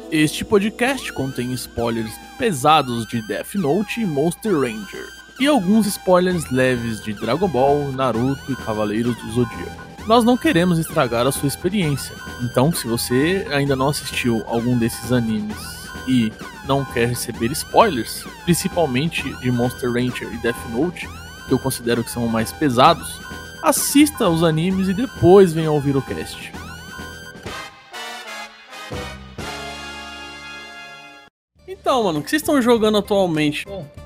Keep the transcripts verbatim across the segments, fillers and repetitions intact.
Este podcast contém spoilers pesados de Death Note e Monster Ranger, e alguns spoilers leves de Dragon Ball, Naruto e Cavaleiros do Zodíaco. Nós não queremos estragar a sua experiência, então se você ainda não assistiu algum desses animes e não quer receber spoilers, principalmente de Monster Ranger e Death Note, que eu considero que são mais pesados, assista os animes e depois venha ouvir o cast. Então, mano, o que vocês estão jogando atualmente?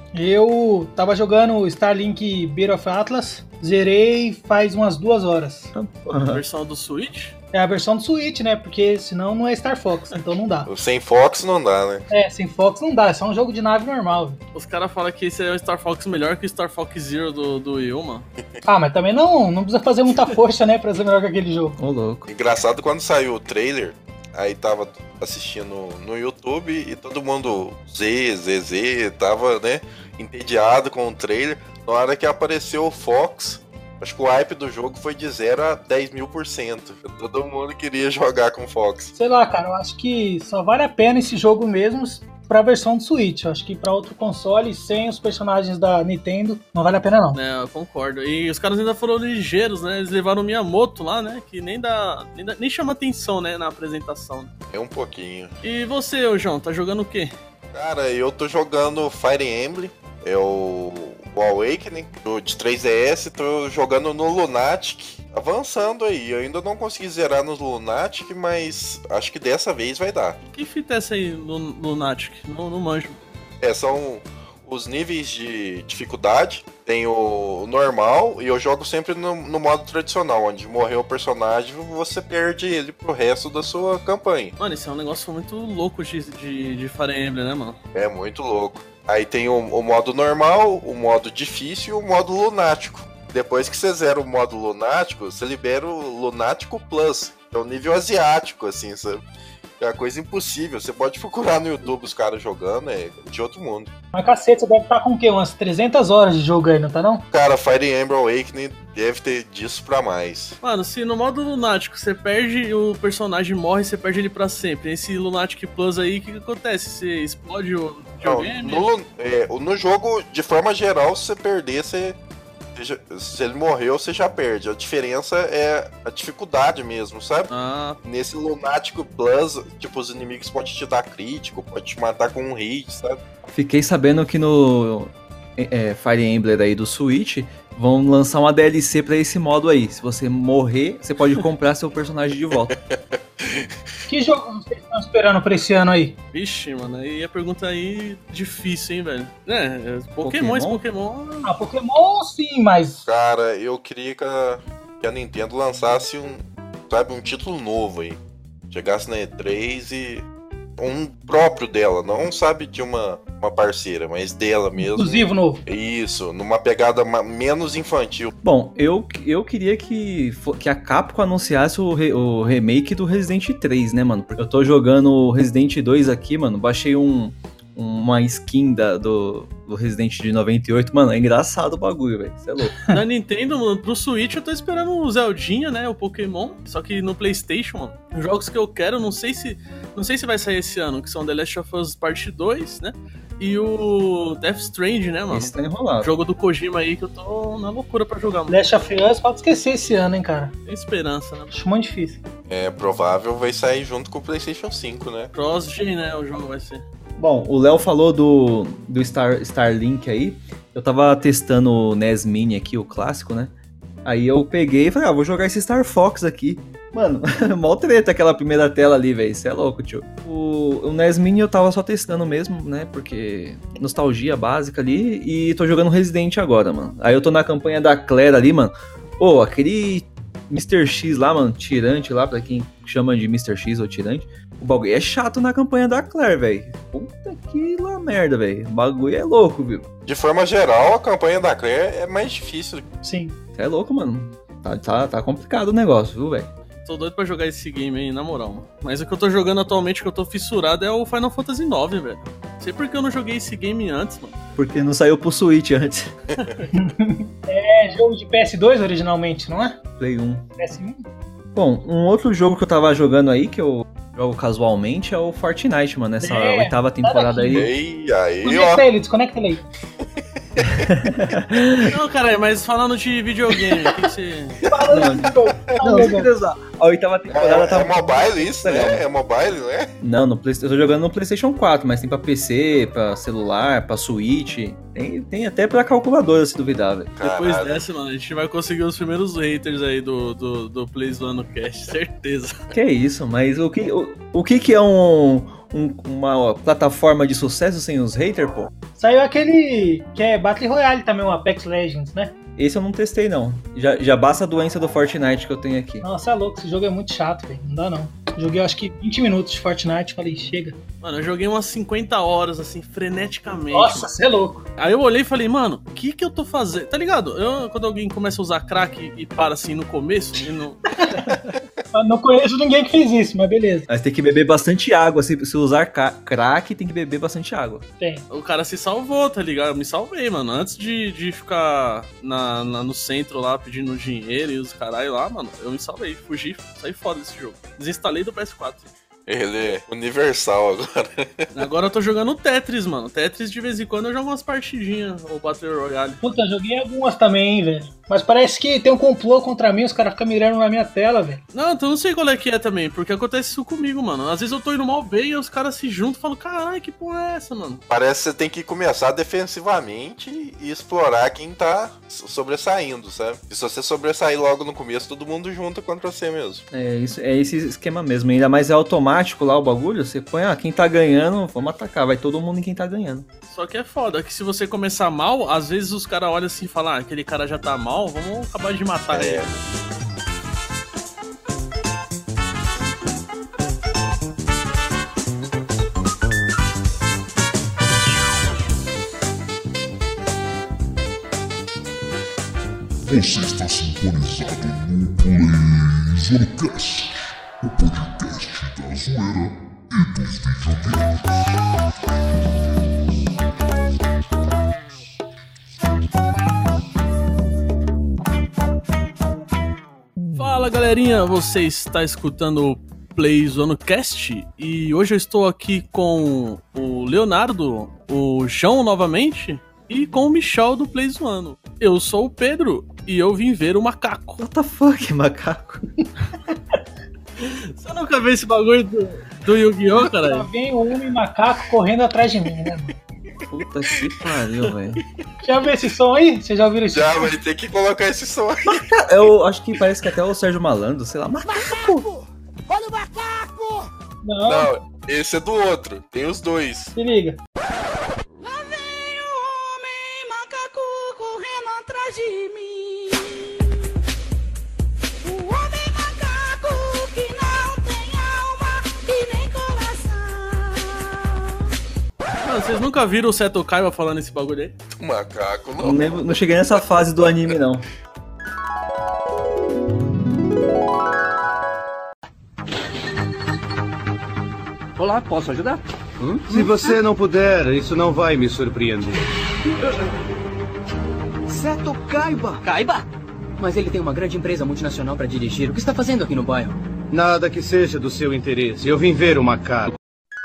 Eu tava jogando Starlink Battle of Atlas, zerei faz umas duas horas. A versão do Switch? É a versão do Switch, né? Porque senão não é Star Fox, então não dá. Sem Fox não dá, né? É, sem Fox não dá, é só um jogo de nave normal. Os caras falam que esse é o Star Fox melhor que o Star Fox Zero do, do Wii U, mano. Ah, mas também não, não precisa fazer muita força, né, pra ser melhor que aquele jogo. Ô, louco. Engraçado quando saiu o trailer, aí tava assistindo no YouTube e todo mundo Z, Z, Z, tava, né, entediado com o trailer. Na hora que apareceu o Fox, acho que o hype do jogo foi de zero a dez mil por cento. Todo mundo queria jogar com o Fox. Sei lá, cara, eu acho que só vale a pena esse jogo mesmo pra versão do Switch. Eu acho que pra outro console, sem os personagens da Nintendo, não vale a pena não. É, eu concordo. E os caras ainda foram ligeiros, né? Eles levaram o Miyamoto lá, né? Que nem dá, nem, dá, nem chama atenção, né? Na apresentação. É um pouquinho. E você, ô João, tá jogando o quê? Cara, eu tô jogando Fire Emblem. É o, o Awakening de três D S. Tô jogando no Lunatic. Avançando aí, eu ainda não consegui zerar no Lunatic, mas acho que dessa vez vai dar. Que fita é essa aí, Lunatic? Não, não manjo. É, são os níveis de dificuldade. Tem o normal e eu jogo sempre no, no modo tradicional, onde morreu o personagem, você perde ele pro resto da sua campanha. Mano, isso é um negócio muito louco de, de, de Fire Emblem, né, mano? É muito louco. Aí tem o, o modo normal, o modo difícil e o modo lunático. Depois que você zera o modo lunático, você libera o Lunático Plus, que é o nível asiático, assim, sabe? É uma coisa impossível. Você pode procurar no YouTube os caras jogando, é de outro mundo. Mas cacete, você deve estar com o quê? Umas trezentas horas de jogo aí, não tá não? Cara, Fire Emblem Awakening deve ter disso pra mais. Mano, se no modo lunático você perde, o personagem morre, você perde ele pra sempre. Esse Lunatic Plus aí, o que, que acontece? Você explode o videogame? Não, no, é, no jogo, de forma geral, se você perder, você... Se ele morreu, você já perde. A diferença é a dificuldade mesmo, sabe? Ah. Nesse Lunático Plus, tipo, os inimigos podem te dar crítico, pode te matar com um hit, sabe? Fiquei sabendo que no é, Fire Emblem aí do Switch vão lançar uma D L C pra esse modo aí. Se você morrer, você pode comprar seu personagem de volta. Que jogo vocês estão esperando pra esse ano aí? Vixe, mano, aí a pergunta aí difícil, hein, velho? É, Pokémon, esse Pokémon... Ah, Pokémon sim, mas... Cara, eu queria que a, que a Nintendo lançasse um, sabe, um título novo aí. Chegasse na E três e... um próprio dela, não sabe de uma, uma parceira, mas dela mesmo. Exclusivo novo. Isso, numa pegada ma- menos infantil. Bom, eu, eu queria que, que a Capcom anunciasse o, re, o remake do Resident três, né, mano? Porque eu tô jogando o Resident dois aqui, mano, baixei um, uma skin da, do, do Resident de noventa e oito, mano, é engraçado o bagulho, velho, isso é louco. Na Nintendo, mano, pro Switch eu tô esperando o Zeldinha, né, o Pokémon, só que no PlayStation, mano, os jogos que eu quero, não sei se não sei se vai sair esse ano, que são The Last of Us Part dois, né, e o Death Stranding, né, mano? Esse tá enrolado. O jogo do Kojima aí que eu tô na loucura pra jogar, mano. Last of Us pode esquecer esse ano, hein, cara. Tem esperança, né? Acho muito difícil. É provável vai sair junto com o PlayStation cinco, né? Cross-gen, né, o jogo vai ser. Bom, o Léo falou do, do Star, Starlink aí. Eu tava testando o N E S Mini aqui, o clássico, né? Aí eu peguei e falei, ah, vou jogar esse Star Fox aqui. Mano, mó treta aquela primeira tela ali, velho. Isso é louco, tio. O, o N E S Mini eu tava só testando mesmo, né? Porque nostalgia básica ali. E tô jogando Resident agora, mano. Aí eu tô na campanha da Claire ali, mano. Pô, aquele mister X lá, mano, tirante lá, pra quem chama de mister X ou tirante. O bagulho é chato na campanha da Claire, velho. Puta que lá merda, velho. O bagulho é louco, viu? De forma geral, a campanha da Claire é mais difícil. Sim. Você é louco, mano. Tá, tá, tá complicado o negócio, viu, velho? Tô doido pra jogar esse game aí, na moral, mano. Mas o que eu tô jogando atualmente, que eu tô fissurado, é o Final Fantasy nove, velho. Não sei por que eu não joguei esse game antes, mano. Porque não saiu pro Switch antes. É jogo de P S dois originalmente, não é? Play um. P S um? Bom, um outro jogo que eu tava jogando aí, que eu jogo casualmente é o Fortnite, mano. Essa É, oitava temporada aí. E aí, Desconecta ó. ele, desconecta ele aí. Não, cara, mas falando de videogame, o que que você... Não, sem pesar. A oitava temporada É, tá é mobile isso, legal. né? É mobile, não é? Não, no Play... eu tô jogando no PlayStation quatro, mas tem pra P C, pra celular, pra Switch. Tem, tem até pra calculadora, se duvidar, velho. Depois Caralho. dessa, mano, a gente vai conseguir os primeiros haters aí do, do, do Plays do Ano Cast, certeza. Que é isso, mas o que, o, o que, que é um, um- uma plataforma de sucesso sem os haters, pô? Saiu aquele que é Battle Royale também, o Apex Legends, né? Esse eu não testei, não. Já, já basta a doença do Fortnite que eu tenho aqui. Nossa, é louco, esse jogo é muito chato, velho. Não dá não. Joguei acho que vinte minutos de Fortnite, falei, chega. Mano, eu joguei umas cinquenta horas, assim, freneticamente. Nossa, mano. você é louco. Aí eu olhei e falei, mano, o que que eu tô fazendo? Tá ligado? Eu, quando alguém começa a usar crack e para assim no começo, e não... Eu não conheço ninguém que fez isso, mas beleza. Mas tem que beber bastante água. Se, se usar ca- crack, tem que beber bastante água. Tem. o cara se salvou, tá ligado? Eu me salvei, mano. Antes de, de ficar na, na- no centro lá pedindo dinheiro e os caralho lá, mano, eu me salvei, fugi, saí fora desse jogo. Desinstalei do P S quatro. Ele é universal agora. Agora eu tô jogando Tetris, mano. Tetris de vez em quando eu jogo umas partidinhas, ou Battle Royale. Puta, joguei algumas também, hein, velho. Mas parece que tem um complô contra mim, os caras ficam mirando na minha tela, velho. Não, então eu não sei qual é que é também, porque acontece isso comigo, mano. Às vezes eu tô indo mal bem e os caras se juntam e falam, caralho, que porra é essa, mano? Parece que você tem que começar defensivamente e explorar quem tá sobressaindo, sabe? E se você sobressair logo no começo, todo mundo junta contra você mesmo. É, isso, é esse esquema mesmo. Ainda mais é automático lá o bagulho. Você põe, ah, quem tá ganhando, vamos atacar. Vai todo mundo em quem tá ganhando. Só que é foda, que se você começar mal, às vezes os caras olham assim e falam, ah, aquele cara já tá mal, vamos acabar de matar É. ele. Você está sintonizado no PlayZonecast, o podcast da zoeira e dos videogames. Fala galerinha, você está escutando o PlayZonecast e hoje eu estou aqui com o Leonardo, o João novamente e com o Michel do PlayZoano. Eu sou o Pedro e eu vim ver o macaco. What the fuck, macaco? Você nunca viu esse bagulho do, do Yu-Gi-Oh, Lá cara? vem o homem macaco correndo atrás de mim, né? Puta que pariu, velho. Já viu esse som aí? Vocês já ouviram esse Já som? vai ter que colocar esse som aí. Eu acho que parece que até o Sérgio Malandro, sei lá, macaco. Não, Não, esse é do outro. Tem os dois. se liga. Lá vem o homem macaco correndo atrás de mim. O homem macaco que não tem alma e nem coração. Mano, vocês nunca viram o Seto Kaiba falando esse bagulho aí? O macaco Não, não. lembro- não cheguei nessa fase do anime, não. Olá, posso ajudar? Se você não puder, isso não vai me surpreender. Seto Kaiba! Kaiba? Mas ele tem uma grande empresa multinacional para dirigir. O que está fazendo aqui no bairro? Nada que seja do seu interesse. Eu vim ver o macaco.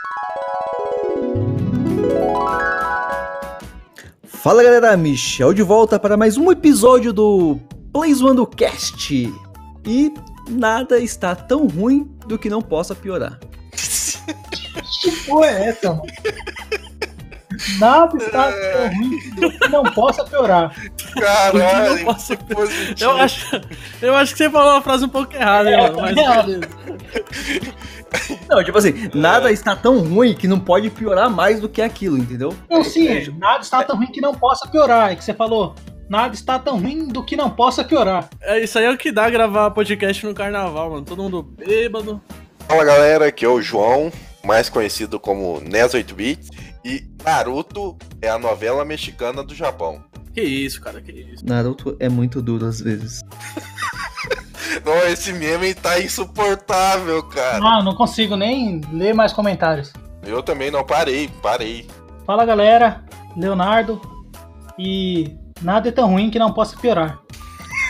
Fala galera, Michel de volta para mais um episódio do PlayZoando Cast. E nada está tão ruim do que não possa piorar. Que porra é essa, mano? Nada está tão ruim que não possa piorar. Caralho, Não posso- que positivo. Eu acho, eu acho que você falou uma frase um pouco errada, hein, É, mano? Mas é. beleza. Não, tipo assim, nada está tão ruim que não pode piorar mais do que aquilo, entendeu? Não, sim, nada está tão ruim que não possa piorar. É que você falou, nada está tão ruim do que não possa piorar. É, isso aí é o que dá gravar podcast no carnaval, mano. Todo mundo bêbado. Fala galera, aqui é o João, mais conhecido como Nes oito bits. E Naruto é a novela mexicana do Japão. Que isso, cara, que isso. Naruto é muito duro às vezes. Não, esse meme tá insuportável, cara. Ah, não consigo nem ler mais comentários. Eu também não parei, parei. Fala galera, Leonardo. E nada é tão ruim que não possa piorar.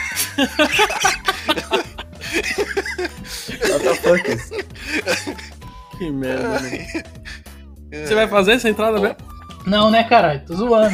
What the fuck is? Que merda, né? Você vai fazer essa entrada mesmo? Não, né, caralho? Tô zoando.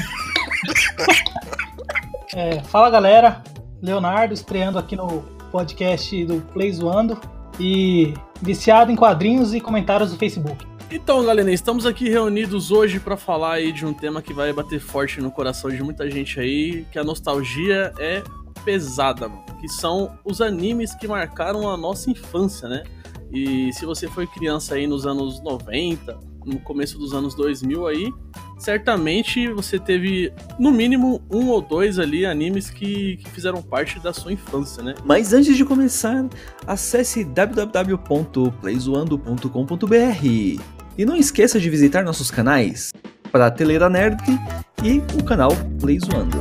É, fala, galera. Leonardo, estreando aqui no podcast do Play Zoando. E viciado em quadrinhos e comentários do Facebook. Então, galera, estamos aqui reunidos hoje pra falar aí de um tema que vai bater forte no coração de muita gente aí, que a nostalgia é pesada, mano. Que são os animes que marcaram a nossa infância, né? E se você foi criança aí nos anos noventa, no começo dos anos dois mil aí, certamente você teve, no mínimo, um ou dois ali animes que, que fizeram parte da sua infância, né? Mas antes de começar, acesse w w w ponto playzoando ponto com ponto b r e não esqueça de visitar nossos canais Prateleira Nerd e o canal Playzoando.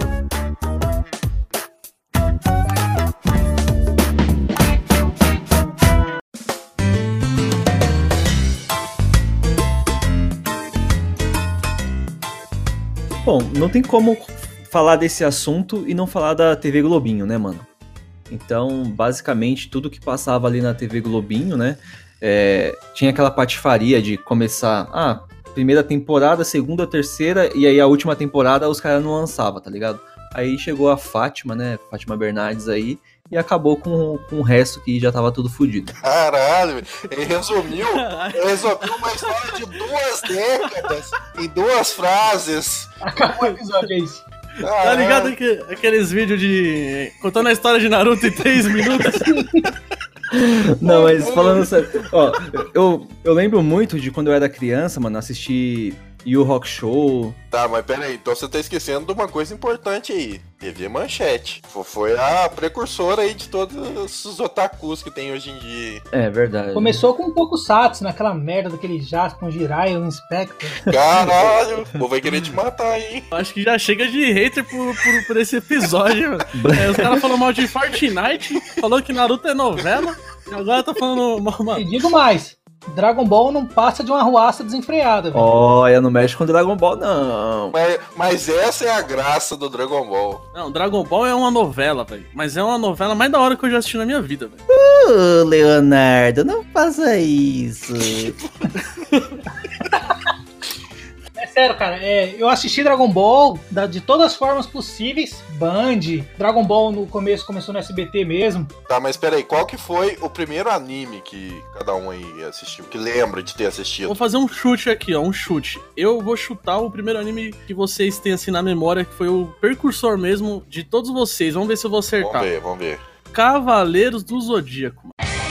Bom, não tem como falar desse assunto e não falar da T V Globinho, né, mano? Então, basicamente, tudo que passava ali na T V Globinho, né, é, tinha aquela patifaria de começar, ah, primeira temporada, segunda, terceira, e aí a última temporada os caras não lançavam, tá ligado? Aí chegou a Fátima, né, Fátima Bernardes aí, e acabou com, com o resto que já tava tudo fodido. Caralho, ele resumiu, ele resumiu uma história de duas décadas em duas frases. Acabou o episódio, é isso. Caralho. Tá ligado que, aqueles vídeos de... contando a história de Naruto em três minutos? Não, mas falando sério, ó, eu, eu lembro muito de quando eu era criança, mano, assistir Yu Rock Show. Tá, mas pera aí, então você tá esquecendo de uma coisa importante aí. T V Manchete. Foi a precursora aí de todos os otakus que tem hoje em dia. É verdade. Começou com um pouco Satsu, naquela merda daquele jato com Jirai, o Inspector. Caralho, o povo vai querer te matar, hein? Acho que já chega de hater por, por, por esse episódio, mano. É, os caras falaram mal de Fortnite, falou que Naruto é novela, e agora tá falando mal, E mano. digo mais, Dragon Ball não passa de uma arruaça desenfreada, velho. Olha, não mexe com Dragon Ball, não. Mas, mas essa é a graça do Dragon Ball. Não, Dragon Ball é uma novela, velho. Mas é uma novela mais da hora que eu já assisti na minha vida, velho. Ô, Leonardo, não faça isso. É sério, cara, é, eu assisti Dragon Ball da- de todas as formas possíveis. Band, Dragon Ball no começo começou no S B T mesmo. Tá, mas pera aí, qual que foi o primeiro anime que cada um aí assistiu? Que lembra de ter assistido? Vou fazer um chute aqui, ó, um chute. Eu vou chutar o primeiro anime que vocês têm assim na memória, que foi o precursor mesmo de todos vocês. Vamos ver se eu vou acertar. Vamos ver, vamos ver. Cavaleiros do Zodíaco.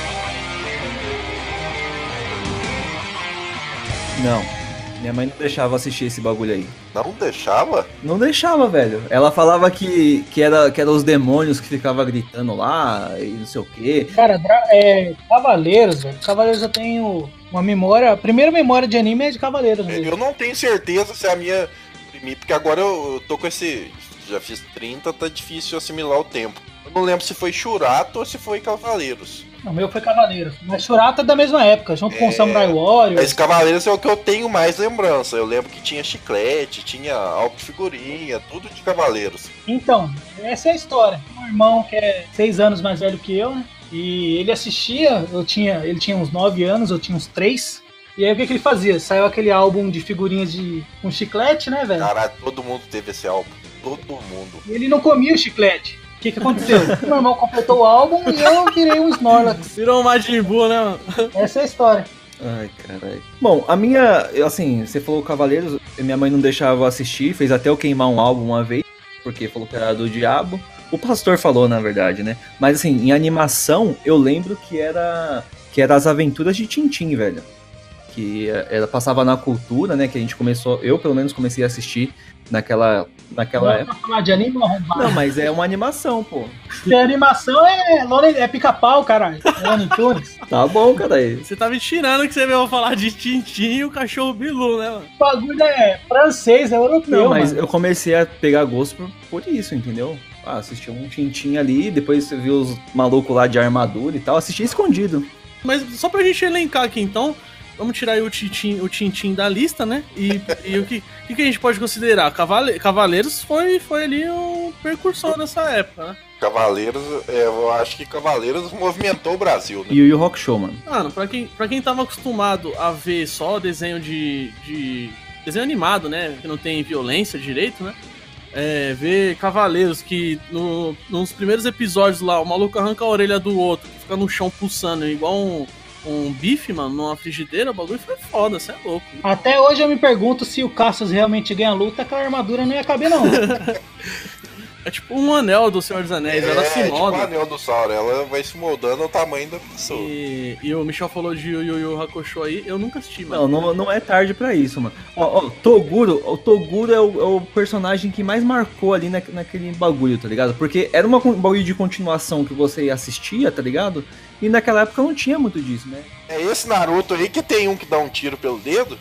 Não. Minha mãe não deixava assistir esse bagulho aí. Não deixava? Não deixava, velho. Ela falava que, que, era, que era os demônios que ficavam gritando lá e não sei o quê. Cara, Dra- é, Cavaleiros, velho. Cavaleiros eu tenho uma memória. A primeira memória de anime é de Cavaleiros mesmo. Eu não tenho certeza se é a minha primeira, porque agora eu, eu tô com esse... Já fiz trinta, tá difícil assimilar o tempo. Eu não lembro se foi Shurato ou se foi Cavaleiros. O meu foi Cavaleiros. Mas Shurata é da mesma época, junto com É, o Samurai Warrior. Mas Cavaleiros é o que eu tenho mais lembrança. Eu lembro que tinha chiclete, tinha álbum de figurinha, tudo de Cavaleiros. Então, essa é a história. Um irmão que é seis anos mais velho que eu, né? E ele assistia, eu tinha, ele tinha uns nove anos, eu tinha uns três. E aí o que, que ele fazia? Saiu aquele álbum de figurinhas de com chiclete, né, velho? Caralho, todo mundo teve esse álbum. Todo mundo. E ele não comia o chiclete. O que, que aconteceu? O meu irmão completou o álbum e eu virei um Snorlax. Virou um Majin Buu, né, mano? Essa é a história. Ai, caralho. Bom, a minha, eu, assim, você falou Cavaleiros, minha mãe não deixava eu assistir, fez até eu queimar um álbum uma vez, porque falou que era do diabo. O pastor falou, na verdade, né? Mas assim, em animação, eu lembro que era que era as aventuras de Tintin, velho. Que ela passava na Cultura, né? Que a gente começou, eu pelo menos comecei a assistir naquela, naquela Não é época. pra falar de anime ou arrombado. Não, mas é uma animação, pô. Se a animação é, Lone- é pica-pau, caralho. É Looney Tunes. Tá bom, cara aí. Você tá me tirando que você veio falar de Tintin e o cachorro Bilu, né, mano? O bagulho é francês, é europeu, Não, mas mano. eu comecei a pegar gosto por, por isso, entendeu? Ah, assisti um Tintin ali, depois você viu os malucos lá de armadura e tal, assisti escondido. Mas só pra gente elencar aqui, então, vamos tirar aí o Tintin, o Tintin da lista, né? E, e o que, que, que a gente pode considerar? Cavale, Cavaleiros foi, foi ali o precursor nessa época, né? Cavaleiros, é, eu acho que Cavaleiros movimentou o Brasil, né? E o Yu Yu Hakusho, mano. Mano, pra quem, pra quem tava acostumado a ver só desenho de, de... desenho animado, né? Que não tem violência direito, né? É, ver Cavaleiros que no, nos primeiros episódios lá, o maluco arranca a orelha do outro, fica no chão pulsando igual um, um bife, mano, numa frigideira, o bagulho foi foda, você é louco. Até hoje eu me pergunto se o Cassius realmente ganha a luta, aquela armadura não ia caber, não. É tipo um anel do Senhor dos Anéis, É, ela se é tipo molda. o anel do Sauron, ela vai se moldando ao tamanho da pessoa. E, e o Michel falou de Yu Yu Hakusho aí, eu nunca assisti, mano. Não, não, não é tarde pra isso, mano. Ó, ó, Toguro, o Toguro é o, é o personagem que mais marcou ali na, naquele bagulho, tá ligado? Porque era uma, um bagulho de continuação que você assistia, tá ligado? E naquela época não tinha muito disso, né? É esse Naruto aí que tem um que dá um tiro pelo dedo?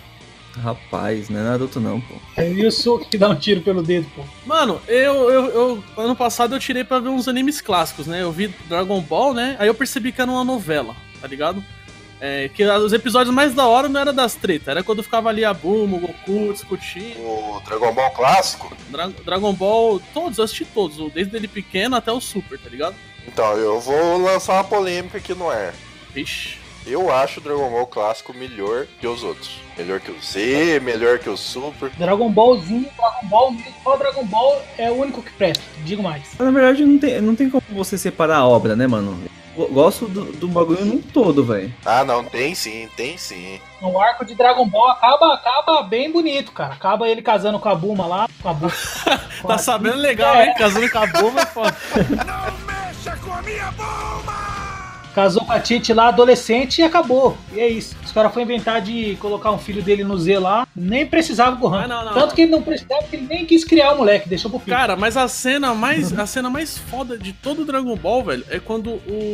Rapaz, não é Naruto não, pô. É o Yusuke que dá um tiro pelo dedo, pô. Mano, eu, eu, eu ano passado eu tirei pra ver uns animes clássicos, né? Eu vi Dragon Ball, né? Aí eu percebi que era uma novela, tá ligado? É, que os episódios mais da hora não era das tretas, era quando ficava ali a Bulma, o Goku discutindo. O Dragon Ball clássico? Dra Dragon Ball, todos, eu assisti todos, desde ele pequeno até o Super, tá ligado? Então, eu vou lançar uma polêmica aqui no ar. Vixe. Eu acho o Dragon Ball clássico melhor que os outros. Melhor que o Z, melhor que o Super. Dragon Ballzinho, Dragon Ball mesmo, só Dragon Ball é o único que presta, digo mais. Na verdade, não tem, não tem como você separar a obra, né, mano? Eu gosto do, do bagulho num todo, velho. Ah, não, tem sim, tem sim. O arco de Dragon Ball acaba, acaba bem bonito, cara. Acaba ele casando com a Bulma lá, com a Bulma. Tá sabendo legal, É. hein? Casando com a Bulma é foda. Não mexa com a minha bomba! Casou com a Titi lá, adolescente, e acabou. E é isso. Os caras foram inventar de colocar um filho dele no Z lá. Nem precisava do Gohan. Ah, não, não, Tanto não. que ele não precisava, porque ele nem quis criar o moleque, deixou pro filho. Cara, mas a cena mais a cena mais foda de todo o Dragon Ball, velho, é quando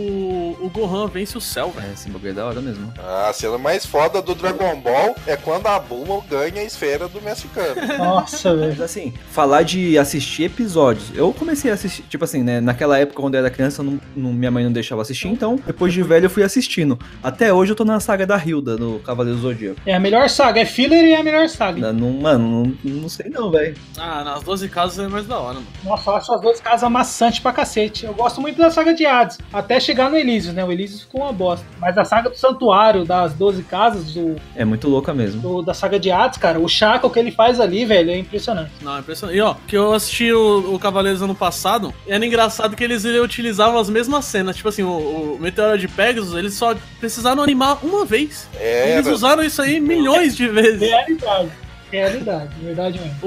o, o Gohan vence o céu, velho. É, esse bagulho é da hora mesmo. A cena mais foda do Dragon Ball é quando a Bulma ganha a esfera do Mestre Kami. Nossa, velho. Mas assim, falar de assistir episódios. Eu comecei a assistir, tipo assim, né? Naquela época, quando eu era criança, não, não- minha mãe não deixava assistir, então, depois de velho, eu fui assistindo. Até hoje eu tô na saga da Hilda, do Cavaleiro do Zodíaco. É a melhor saga, é filler e é a melhor saga. Não, mano, não, não sei não, velho. Ah, nas doze casas é mais da hora, mano. Nossa, eu acho as duas casas maçantes pra cacete. Eu gosto muito da saga de Hades, até chegar no Elísios, né? O Elísios ficou uma bosta. Mas a saga do Santuário, das doze casas, do, É muito louca mesmo. do- da saga de Hades, cara, o Chaka, o que ele faz ali, velho, é impressionante. Não, é impressionante. E ó, que eu assisti o, o Cavaleiros ano passado, era engraçado que eles utilizavam as mesmas cenas. Tipo assim, o, o Meteoro de Pegasus, eles só precisaram animar uma vez. É, Eles era- usaram isso aí milhões de vezes. Realidade. Realidade, verdade mesmo.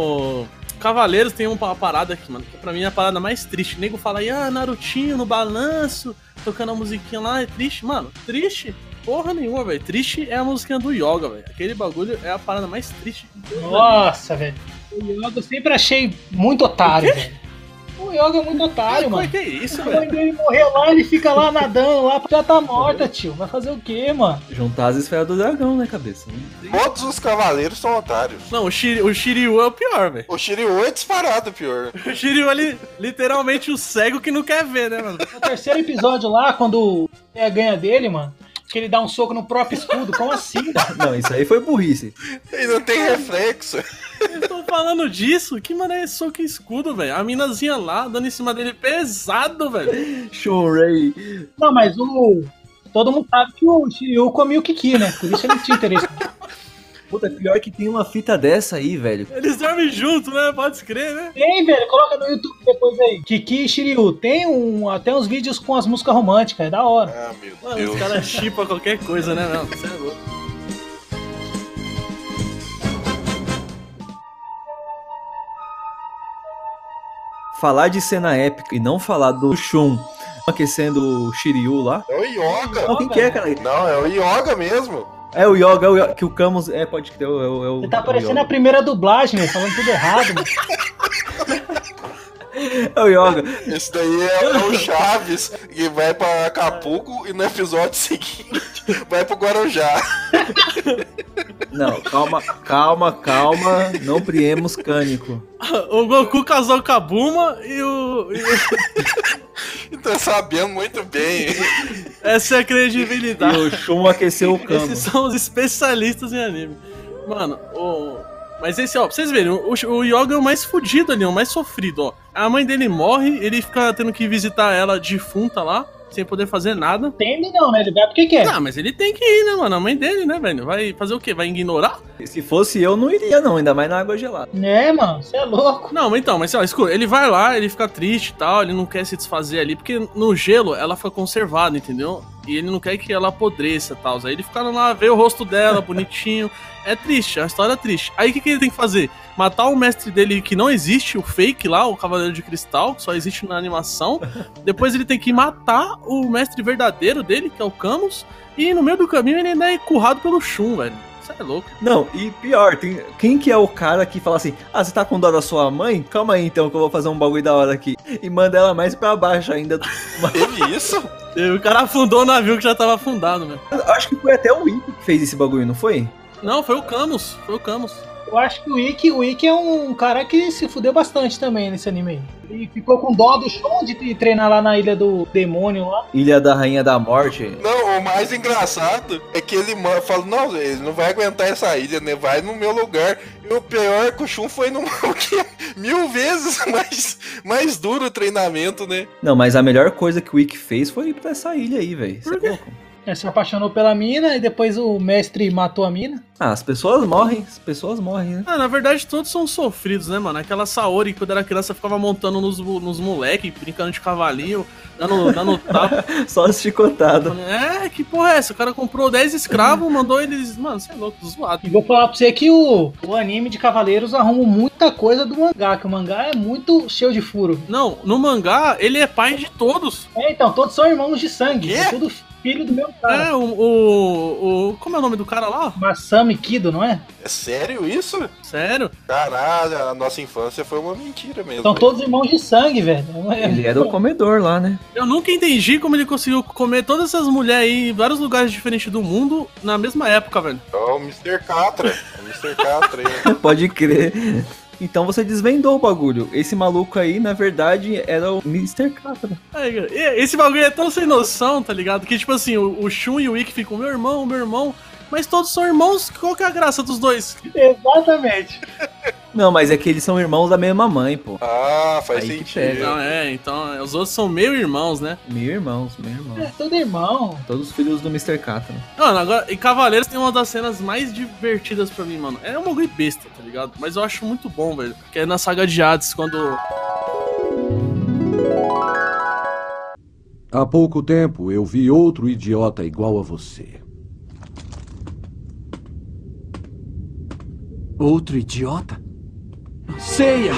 O Cavaleiros tem uma parada aqui, mano, que pra mim é a parada mais triste. O nego fala aí, ah, Narutinho no balanço, tocando a musiquinha lá, é triste. Mano, triste? Porra nenhuma, velho. Triste é a musiquinha do Yoga, velho. Aquele bagulho é a parada mais triste. Nossa, velho. O Yoga eu sempre achei muito otário, velho. O Yoga é muito otário, Como é mano. que é isso, A mãe velho? dele morreu lá, ele fica lá nadando lá, já tá morta, tio. Vai fazer o quê, mano? Juntar as esferas do dragão, né, cabeça? Todos os cavaleiros são otários. Não, o, Shiri, o Shiryu é o pior, velho. O Shiryu é disparado pior. O Shiryu ali, literalmente o cego que não quer ver, né, mano? No terceiro episódio lá, quando é, ganha dele, mano, que ele dá um soco no próprio escudo, como assim, mano? Não, isso aí foi burrice. E não tem reflexo. Vocês estão falando disso? Que mano é soco e escudo, velho? A minazinha lá, dando em cima dele pesado, velho. Chorei. Não, mas o... Todo mundo sabe que o Shiryu comia o Kiki, né? Por isso ele não tinha interesse. Puta, pior que tem uma fita dessa aí, velho. Eles dormem junto, né? Pode escrever, né? Tem, velho, coloca no YouTube depois aí. Kiki e Shiryu. Tem um, até uns vídeos com as músicas românticas, é da hora. Ah, meu Mano, Deus. os caras chipam qualquer coisa, né, não? Você é louco. Falar de cena épica e não falar do Shun aquecendo o Shiryu lá. É o Yoga. Não, quem que é, cara? Não, é o Yoga mesmo. É o Yoga, é o Yoga, que o Camus... É, pode ter, é o... É o Ele tá é o parecendo Yoga. a primeira dublagem, velho, falando tudo errado, mano. É o Yoga. Esse daí é, é o Chaves, que vai pra Acapulco e no episódio seguinte vai pro Guarujá. Não, calma, calma, calma. Não priemos cânico. O Goku casou com a Bulma e o... e o- Tá sabendo muito bem. Essa é a E credibilidade. o Shun aqueceu o Esses Camus. são os especialistas em anime. Mano, o... Mas esse, ó, pra vocês verem, o, o Yoga é o mais fudido ali, o mais sofrido, ó. A mãe dele morre, ele fica tendo que visitar ela defunta lá, sem poder fazer nada. Entende não, né? Ele vai porque quer. Ah, mas ele tem que ir, né, mano? A mãe dele, né, velho? Vai fazer o quê? Vai ignorar? Se fosse eu, não iria não, ainda mais na água gelada. É, mano, você é louco. Não, mas então, mas ó, escuta, ele vai lá, ele fica triste e tal, ele não quer se desfazer ali, porque no gelo ela fica conservada, entendeu? E ele não quer que ela apodreça e tal. Aí ele fica lá, vê o rosto dela, bonitinho. É triste, a história é triste. Aí o que, que ele tem que fazer? Matar o mestre dele que não existe, o fake lá, o Cavaleiro de Cristal, que só existe na animação. Depois ele tem que matar o mestre verdadeiro dele, que é o Camus. E no meio do caminho ele ainda é currado pelo Shun, velho. Isso é louco. Não, e pior, tem, quem que é o cara que fala assim, ah, você tá com dó da sua mãe? Calma aí então que eu vou fazer um bagulho da hora aqui. E manda ela mais pra baixo ainda. Teve isso? O cara afundou o navio que já tava afundado, velho. Acho que foi até o Imp que fez esse bagulho, não foi? Não, foi o Camus, foi o Camus. Eu acho que o Ikki, o Ikki é um cara que se fudeu bastante também nesse anime aí. Ele ficou com dó do Shun de treinar lá na Ilha do Demônio lá. Ilha da Rainha da Morte. Não, o mais engraçado é que ele ma- fala, não, ele não vai aguentar essa ilha, né? Vai no meu lugar. E o pior é que o Shun foi no o quê? Mil vezes mais, mais duro o treinamento, né? Não, mas a melhor coisa que o Ikki fez foi ir pra essa ilha aí, velho. Você é louco? Ele se apaixonou pela mina e depois o mestre matou a mina. Ah, as pessoas morrem, as pessoas morrem, né? Ah, na verdade todos são sofridos, né, mano? Aquela Saori, quando era criança, ficava montando nos, nos moleque, brincando de cavalinho, dando, dando tapa. Só chicotado. É, que porra é essa? O cara comprou dez escravos, mandou eles... Mano, você é louco, zoado. E vou falar pra você que o, o anime de Cavaleiros arruma muita coisa do mangá, que o mangá é muito cheio de furo. Não, no mangá, ele é pai de todos. É, então, todos são irmãos de sangue. Quê? É tudo filho do meu cara. É, o, o, o... Como é o nome do cara lá? Masami Kido, não é? É sério isso? Sério? Caralho, a nossa infância foi uma mentira mesmo. São todos irmãos de sangue, velho. Ele era o comedor lá, né? Eu nunca entendi como ele conseguiu comer todas essas mulheres aí em vários lugares diferentes do mundo na mesma época, velho. É o mister Catra. É o mister Catra aí. Pode crer. Então você desvendou o bagulho. Esse maluco aí, na verdade, era o mister Catra. Aí, cara, e esse bagulho é tão sem noção, tá ligado? Que tipo assim, o, o Shun e o Ikki ficam, meu irmão, meu irmão. Mas todos são irmãos, qual que é a graça dos dois? Exatamente. Não, mas é que eles são irmãos da mesma mãe, pô. Ah, faz Aí que sentido. pega. Não, é, então, os outros são meio irmãos, né? Meio irmãos, meio irmãos. É todo irmão. Todos filhos do mister Catra. Mano, agora, e Cavaleiros tem uma das cenas mais divertidas pra mim, mano. É um bagulho besta, tá ligado? Mas eu acho muito bom, velho. Que é na saga de Hades, quando... Há pouco tempo eu vi outro idiota igual a você. Outro idiota? Ceia!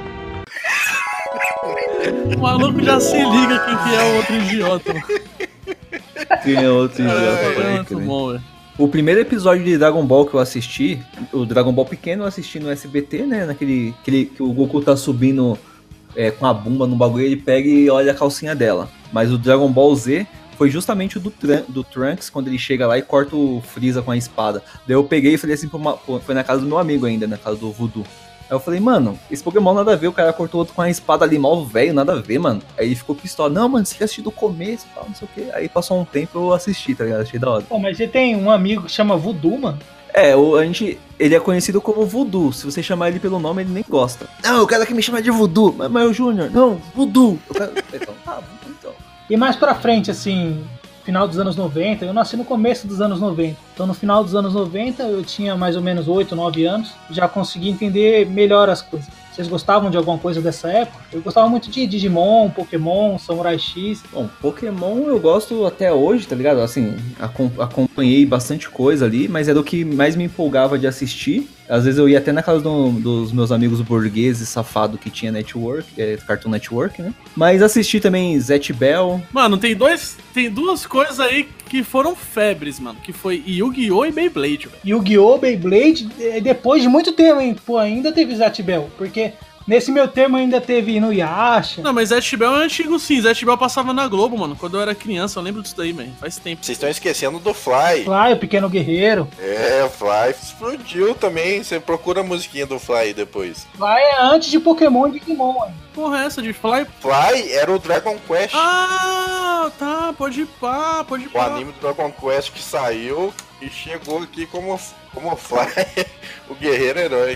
O maluco já se liga quem que é o outro idiota, mano. Tem outro idiota, É, pode muito crer. bom, velho. O primeiro episódio de Dragon Ball que eu assisti, o Dragon Ball pequeno eu assisti no S B T, né? Naquele aquele, que o Goku tá subindo é, com a bomba no bagulho, ele pega e olha a calcinha dela. Mas o Dragon Ball Z foi justamente o do, Tran- do Trunks, quando ele chega lá e corta o Freeza com a espada. Daí eu peguei e falei assim, pra uma, pô, foi na casa do meu amigo ainda, na casa do Voodoo. Aí eu falei, mano, esse Pokémon nada a ver, o cara cortou outro com a espada ali, mal velho, nada a ver, mano. Aí ele ficou pistola, não, mano, você quer assistir do começo e tal, não sei o quê. Aí passou um tempo eu assisti, tá ligado? Achei da hora. Pô, mas você tem um amigo que chama Voodoo, mano? É, o, a gente, ele é conhecido como Voodoo. Se você chamar ele pelo nome, ele nem gosta. Não, eu quero que me chama de Voodoo. Mas, mas o Júnior, não, Voodoo. Eu quero... Então, tá, Voodoo então. E mais pra frente, assim, final dos anos noventa, eu nasci no começo dos anos noventa. Então no final dos anos noventa eu tinha mais ou menos oito, nove anos, já consegui entender melhor as coisas. Vocês gostavam de alguma coisa dessa época? Eu gostava muito de Digimon, Pokémon, Samurai X. Bom, Pokémon eu gosto até hoje, tá ligado? Assim, acom- acompanhei bastante coisa ali, mas era o que mais me empolgava de assistir. Às vezes eu ia até na casa do- dos meus amigos burgueses safado que tinha network, é, Cartoon Network, né? Mas assisti também Zatch Bell. Mano, tem dois. Tem duas coisas aí que foram febres, mano. Que foi Yu-Gi-Oh! E Beyblade, velho. Yu-Gi-Oh! Beyblade, eh, depois de muito tempo, hein? Pô, ainda teve Zatch Bell, porque nesse meu termo ainda teve Inuyasha. Não, mas Zatch Bell é antigo sim. Zatch Bell passava na Globo, mano. Quando eu era criança, eu lembro disso daí, velho. Faz tempo. Vocês estão esquecendo do Fly. Fly, o Pequeno Guerreiro. É, Fly explodiu também. Você procura a musiquinha do Fly depois. Fly é antes de Pokémon e Digimon, mano. Porra, é essa de Fly? Fly era o Dragon Quest. Ah, tá. Pode ir pá, pode ir O pá. anime do Dragon Quest que saiu. E chegou aqui como, como Fly, o guerreiro herói.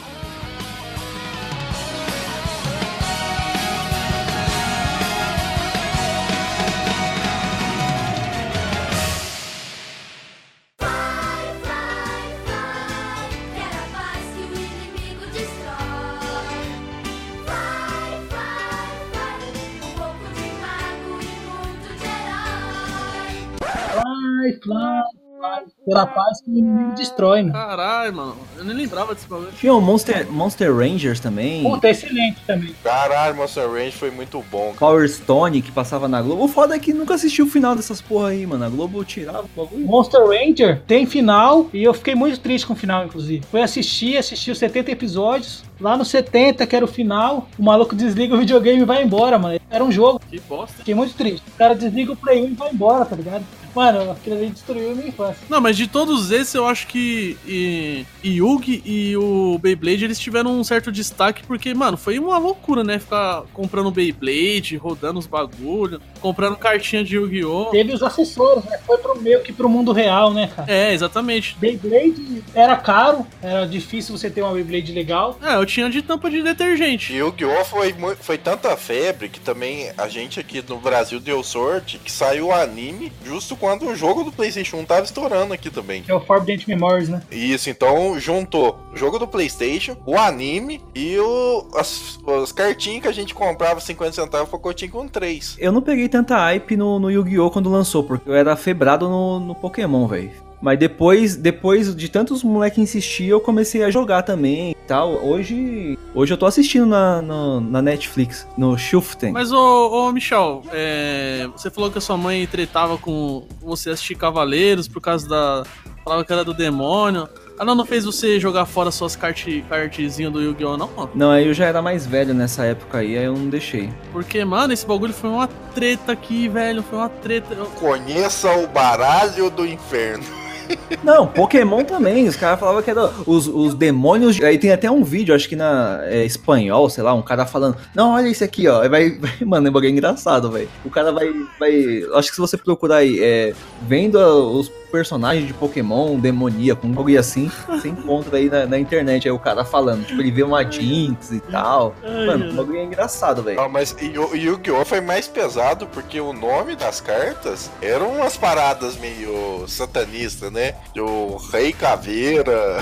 Fly, fly, fly. Pela paz que o inimigo destrói, mano. Caralho, mano. Eu nem lembrava desse bagulho. Tinha o Monster, Monster Rangers também. Puta, excelente também. Caralho, Monster Range foi muito bom. Power Stone, que passava na Globo. O foda é que nunca assisti o final dessas porra aí, mano. A Globo tirava o bagulho. Monster Ranger tem final e eu fiquei muito triste com o final, inclusive. Fui assistir, assisti os setenta episódios. Lá no setenta, que era o final, o maluco desliga o videogame e vai embora, mano. Era um jogo. Que bosta. Fiquei muito triste. O cara desliga o Play um e vai embora, tá ligado? Mano, aquilo ali destruiu a minha infância. Não, mas de todos esses, eu acho que e, Yugi e o Beyblade, eles tiveram um certo destaque, porque, mano, foi uma loucura, né? Ficar comprando Beyblade, rodando os bagulhos, comprando cartinha de Yu-Gi-Oh! Teve os acessórios, né? Foi pro meio que pro mundo real, né, cara? É, exatamente. Beyblade era caro, era difícil você ter uma Beyblade legal. É, eu tinha de tampa de detergente. E o Yu-Gi-Oh! Foi, foi tanta febre que também a gente aqui no Brasil deu sorte que saiu o anime justo quando o jogo do PlayStation um tava estourando aqui também. Que é o Forbidden Memories, né? Isso, então juntou o jogo do PlayStation, o anime e o, as, as cartinhas que a gente comprava cinquenta centavos pacotinho com três. Eu não peguei tanta hype no, no Yu-Gi-Oh! Quando lançou, porque eu era febrado no, no Pokémon, velho. Mas depois, depois de tantos moleques insistir, eu comecei a jogar também e tal. Hoje, hoje eu tô assistindo na, na, na Netflix, no Shuften. Mas, ô, ô Michel, é, você falou que a sua mãe tretava com você assistir Cavaleiros por causa da... Falava que era do demônio. Ela não fez você jogar fora suas carte, cartezinhas do Yu-Gi-Oh! Não, mano? Não, aí eu já era mais velho nessa época aí, aí eu não deixei. Porque, mano, esse bagulho foi uma treta aqui, velho. Foi uma treta. Eu... Conheça o baralho do inferno. Não, Pokémon também, os caras falavam que era os, os demônios, aí tem até um vídeo, acho que na é, espanhol, sei lá, um cara falando, não, olha esse aqui, ó, aí vai, vai mano, é um bagulho engraçado, velho, o cara vai, vai, acho que se você procurar aí, é, vendo a, os personagens de Pokémon, demoníaco, um bagulho assim, você encontra aí na, na internet, aí o cara falando, tipo, ele vê uma Jinx e tal, mano, o bagulho é engraçado, velho. Não, mas o Yu-Gi-Oh! Foi mais pesado porque o nome das cartas eram umas paradas meio satanistas, né? O Rei Caveira,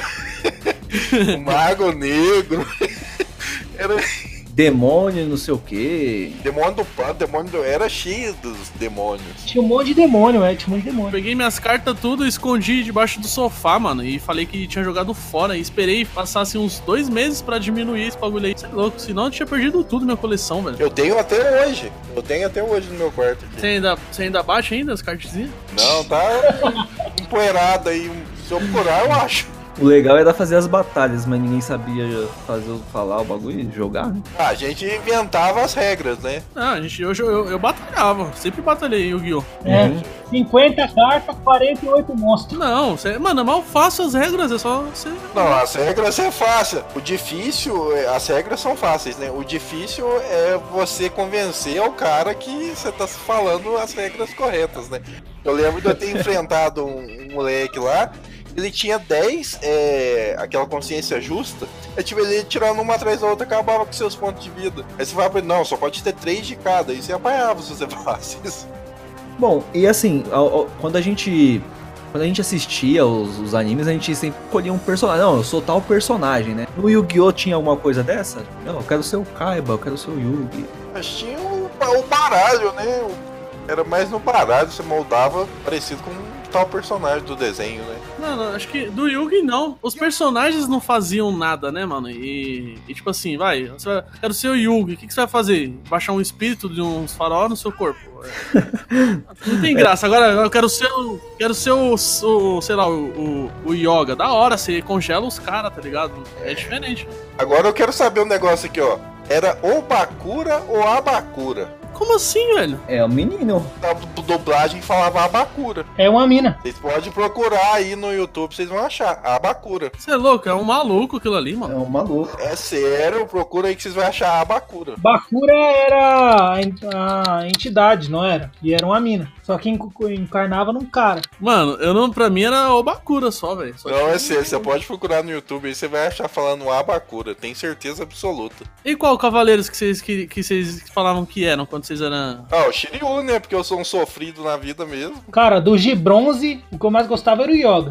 o Mago Negro, era... Demônio, não sei o que. Demônio do pano, demônio do... Era cheio dos demônios. Tinha um monte de demônio, é, tinha um monte de demônio. Peguei minhas cartas tudo, escondi debaixo do sofá, mano, e falei que tinha jogado fora. E esperei passar assim, uns dois meses pra diminuir esse bagulho aí. Você é louco, senão eu tinha perdido tudo minha coleção, velho. Eu tenho até hoje. Eu tenho até hoje no meu quarto aqui. Você ainda, você ainda bate ainda as cartezinhas? Não, tá empoeirado aí. Se eu procurar, eu acho. O legal era fazer as batalhas, mas ninguém sabia fazer, falar o bagulho e jogar, né? Ah, a gente inventava as regras, né? Ah, a gente, eu, eu, eu batalhava, sempre batalhei Yu-Gi-Oh! É, Uhum. cinquenta cartas, quarenta e oito monstros. Não, cê, mano, é mal fácil as regras, é só você... Não, as regras é fácil. O difícil, as regras são fáceis, né? O difícil é você convencer o cara que você tá falando as regras corretas, né? Eu lembro de eu ter enfrentado um, um moleque lá. Ele tinha dez, é, aquela consciência justa. É tipo, ele ia tirando uma atrás da outra, acabava com seus pontos de vida. Aí você vai pra ele, não, só pode ter três de cada. E você apanhava se você falasse isso. Bom, e assim, ao, ao, quando a gente. Quando a gente assistia os, os animes, a gente sempre escolhia um personagem. Não, eu sou tal personagem, né? No Yu-Gi-Oh! Tinha alguma coisa dessa? Não, eu quero ser o Kaiba, eu quero ser o Yugi. Mas tinha o, o baralho, né? Era mais no baralho, você moldava parecido com tal personagem do desenho, né? Não, não, acho que do Yugi não. Os personagens não faziam nada, né, mano? E, e tipo assim, vai, você vai, quero ser o Yugi, o que, que você vai fazer? Baixar um espírito de uns faraó no seu corpo? Não tem graça. Agora eu quero ser o. Quero ser o, o sei lá, o, o, o Yoga. Da hora, você congela os caras, tá ligado? É diferente. Agora eu quero saber um negócio aqui, ó. Era ou Bakura ou Abakura? Como assim, velho? É o menino. A dublagem falava Abacura. É uma mina. Vocês podem procurar aí no YouTube, vocês vão achar. Abacura. Você é louco? É um maluco aquilo ali, É mano. um maluco. É sério, procura aí que vocês vão achar Abacura. Bakura era a en- a entidade, não era? E era uma mina. Só que enc- encarnava num cara. Mano, eu não, pra mim era o Bakura só, velho. Só Não, que- é sério, você pode procurar no YouTube aí, você vai achar falando Abacura, tem certeza absoluta. E qual cavaleiros que vocês que, que vocês falavam que eram quando vocês eram... Ah, o Shiryu, né? Porque eu sou um sofrido na vida mesmo. Cara, do G-Bronze, o que eu mais gostava era o Yoga.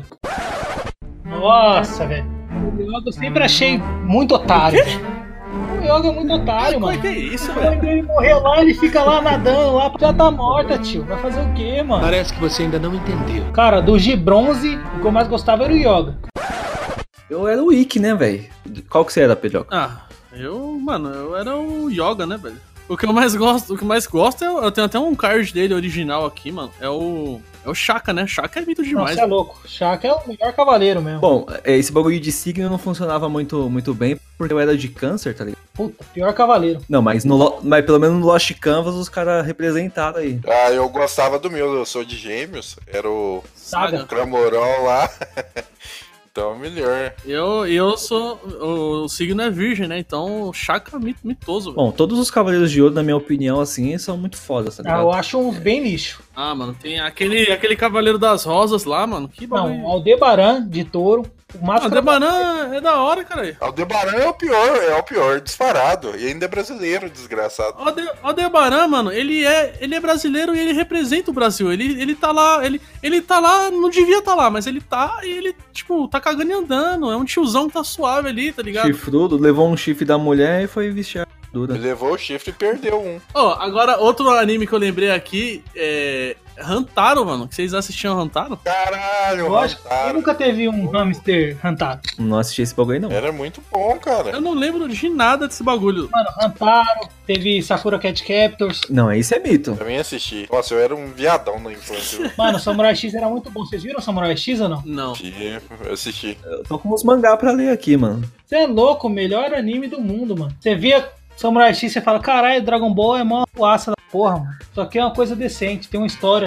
Nossa, velho. O Yoga eu sempre achei muito otário. O Yoga é muito otário, Como é mano. que é isso, Quando velho? ele morreu lá, ele fica lá nadando lá, já tá morta, tio. Vai fazer o quê, mano? Parece que você ainda não entendeu. Cara, do G-Bronze, o que eu mais gostava era o Yoga. Eu era o Ikki, né, velho? Qual que você era, Pedro? Ah, eu, mano, eu era o Yoga, né, velho? O que eu mais gosto, o que eu mais gosto é, eu tenho até um card dele original aqui, mano, é o é o Shaka, né? Shaka é mito demais. Nossa, é louco. Shaka é o melhor cavaleiro mesmo. Bom, esse bagulho de signo não funcionava muito, muito bem, porque eu era de câncer, tá ligado? Puta, pior cavaleiro. Não, mas, no, Lo- mas pelo menos no Lost Canvas os caras representaram aí. Ah, eu gostava do meu, eu sou de gêmeos, era o Saga. Cramorão lá. Então, melhor. Eu, eu sou. O, o signo é virgem, né? Então, Shaka é mit- mitoso, velho. Bom, todos os Cavaleiros de Ouro, na minha opinião, assim, são muito fodas, tá Ah, ligado? eu acho uns bem lixo. Ah, mano, tem aquele, aquele Cavaleiro das Rosas lá, mano. Que bagulho. Não, Aldebaran de touro. O Ah, Máscara Debaran é da hora, cara. Aldebaran é o pior, é o pior, disparado. E ainda é brasileiro, desgraçado. O Ade- o Aldebaran, mano, ele é, ele é brasileiro e ele representa o Brasil. Ele, ele tá lá, ele, ele tá lá, não devia tá lá, mas ele tá e ele, tipo, tá cagando e andando. É um tiozão que tá suave ali, tá ligado? Chifrudo, levou um chifre da mulher e foi vestir a armadura. Ele levou o chifre e perdeu um. Ó, agora outro anime que eu lembrei aqui é Hantaro, mano. Que vocês assistiam Hantaro? Caralho, Lógico, Hantaro. quem nunca teve um hamster Hantaro? Não assisti esse bagulho aí, não. Era muito bom, cara. Eu não lembro de nada desse bagulho. Mano, Hantaro, teve Sakura Cat Captors. Não, isso é mito. Também assisti. Nossa, eu era um viadão na infância. Mano, Samurai X era muito bom. Vocês viram Samurai X ou não? Não. Eu eu assisti. Eu tô com uns mangá pra ler aqui, mano. Você é louco, o melhor anime do mundo, mano. Você via Samurai X e você fala, caralho, Dragon Ball é mó poaça da porra, mano. Isso aqui é uma coisa decente, tem uma história.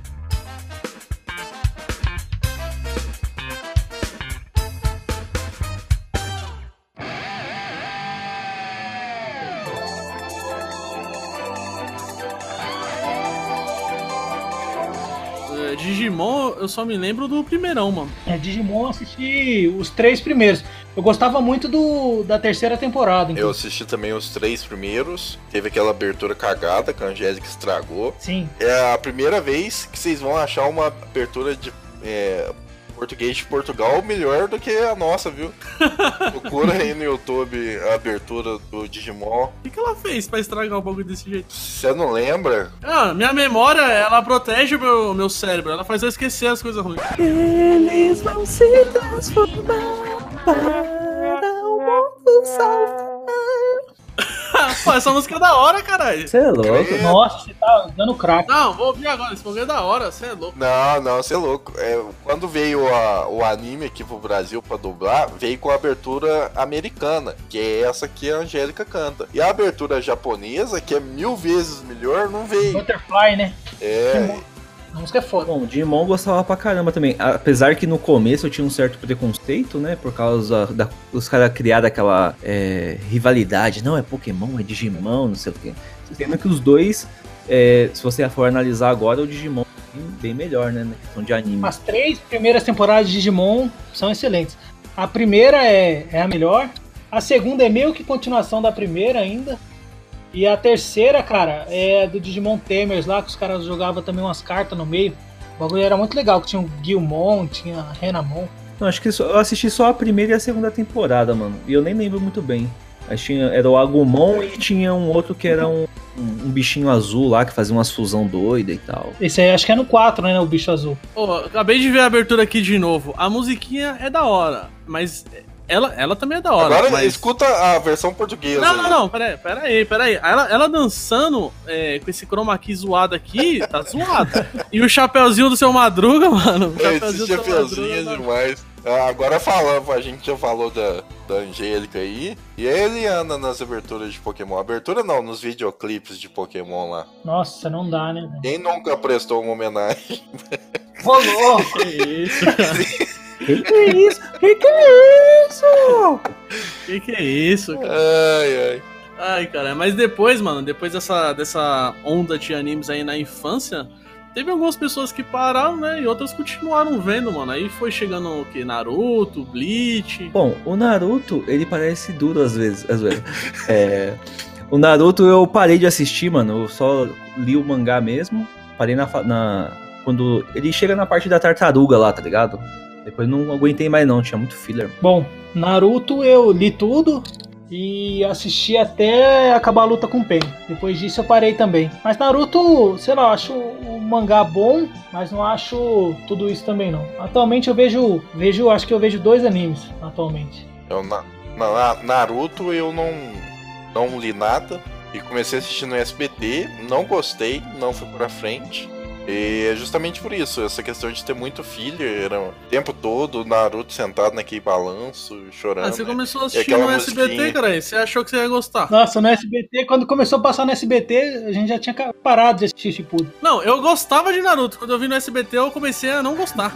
É, Digimon, eu só me lembro do primeirão, mano. É, Digimon eu assisti os três primeiros. Eu gostava muito do da terceira temporada, Eu então. assisti também os três primeiros. Teve aquela abertura cagada que a Angélica estragou. Sim. É a primeira vez que vocês vão achar uma abertura de é, português de Portugal melhor do que a nossa, viu? Procura aí no YouTube a abertura do Digimon. O que, que ela fez pra estragar o bagulho desse jeito? Você não lembra? Ah, minha memória, ela protege o meu, meu cérebro. Ela faz eu esquecer as coisas ruins. Eles vão se transformar para o mundo salvar. Pô, essa música é da hora, caralho. Você é louco. Nossa, você tá dando crack. Não, vou ouvir agora. Esse bagulho é da hora, você é louco. Não, não, você é louco. É, quando veio a- o anime aqui pro Brasil pra dublar, veio com a abertura americana, que é essa que a Angélica canta. E a abertura japonesa, que é mil vezes melhor, não veio. Butterfly, né? É, A música é foda. Bom, Digimon eu gostava pra caramba também. Apesar que no começo eu tinha um certo preconceito, né? Por causa da, dos caras criaram aquela é, rivalidade. Não, é Pokémon, é Digimon, não sei o quê. Sendo que os dois, é, se você for analisar agora, o Digimon é bem melhor, né? Na questão de anime. As três primeiras temporadas de Digimon são excelentes. A primeira é, é a melhor. A segunda é meio que continuação da primeira ainda. E a terceira, cara, é do Digimon Tamers lá, que os caras jogavam também umas cartas no meio. O bagulho era muito legal, que tinha o Guilmon, tinha a Renamon. Não, acho que só- eu assisti só a primeira e a segunda temporada, mano. E eu nem lembro muito bem. Acho que tinha, era o Agumon e tinha um outro que era um, um, um bichinho azul lá, que fazia umas fusão doida e tal. Esse aí acho que é no quatro, né, o bicho azul. Pô, acabei de ver a abertura aqui de novo. A musiquinha é da hora, mas ela, ela também é da hora. agora mas... escuta a versão portuguesa. Não, aí. não, não, pera aí, pera aí, pera aí. Ela, ela dançando é, com esse chroma key zoado aqui, tá zoado. E o chapeuzinho do seu Madruga, mano. O É, chapeuzinho esse do seu chapeuzinho é Madruga, demais. Agora falando, a gente já falou da, da Angélica aí. E a Eliana nas aberturas de Pokémon. Abertura não, nos videoclipes de Pokémon lá. Nossa, não dá, né? Quem nunca prestou uma homenagem? Rolou! Que isso, cara? Que que é isso? Que que é isso? Que que é isso, cara? Ai, ai. Ai, cara, mas depois, mano, depois dessa, dessa onda de animes aí na infância, teve algumas pessoas que pararam, né, e outras continuaram vendo, mano. Aí foi chegando o que? Naruto, Bleach... Bom, o Naruto, ele parece duro às vezes. Às vezes. É, o Naruto eu parei de assistir, mano, eu só li o mangá mesmo. Parei na, na... Quando ele chega na parte da tartaruga lá, tá ligado? Depois não aguentei mais não, tinha muito filler. Bom, Naruto eu li tudo e assisti até acabar a luta com o Pen. Depois disso eu parei também. Mas Naruto, sei lá, eu acho o mangá bom, mas não acho tudo isso também não. Atualmente eu vejo, vejo acho que eu vejo dois animes atualmente. Eu, na, na, Naruto eu não, não li nada e comecei a assistir no S B T, não gostei, não fui pra frente. E é justamente por isso, essa questão de ter muito filler, era o tempo todo o Naruto sentado naquele balanço, chorando. Ah, você né? começou a E assistir aquela no S B T, musiquinha. cara, e você achou que você ia gostar. Nossa, no S B T, quando começou a passar no S B T, a gente já tinha parado de assistir Shippuden. Não, eu gostava de Naruto. Quando eu vi no S B T, eu comecei a não gostar.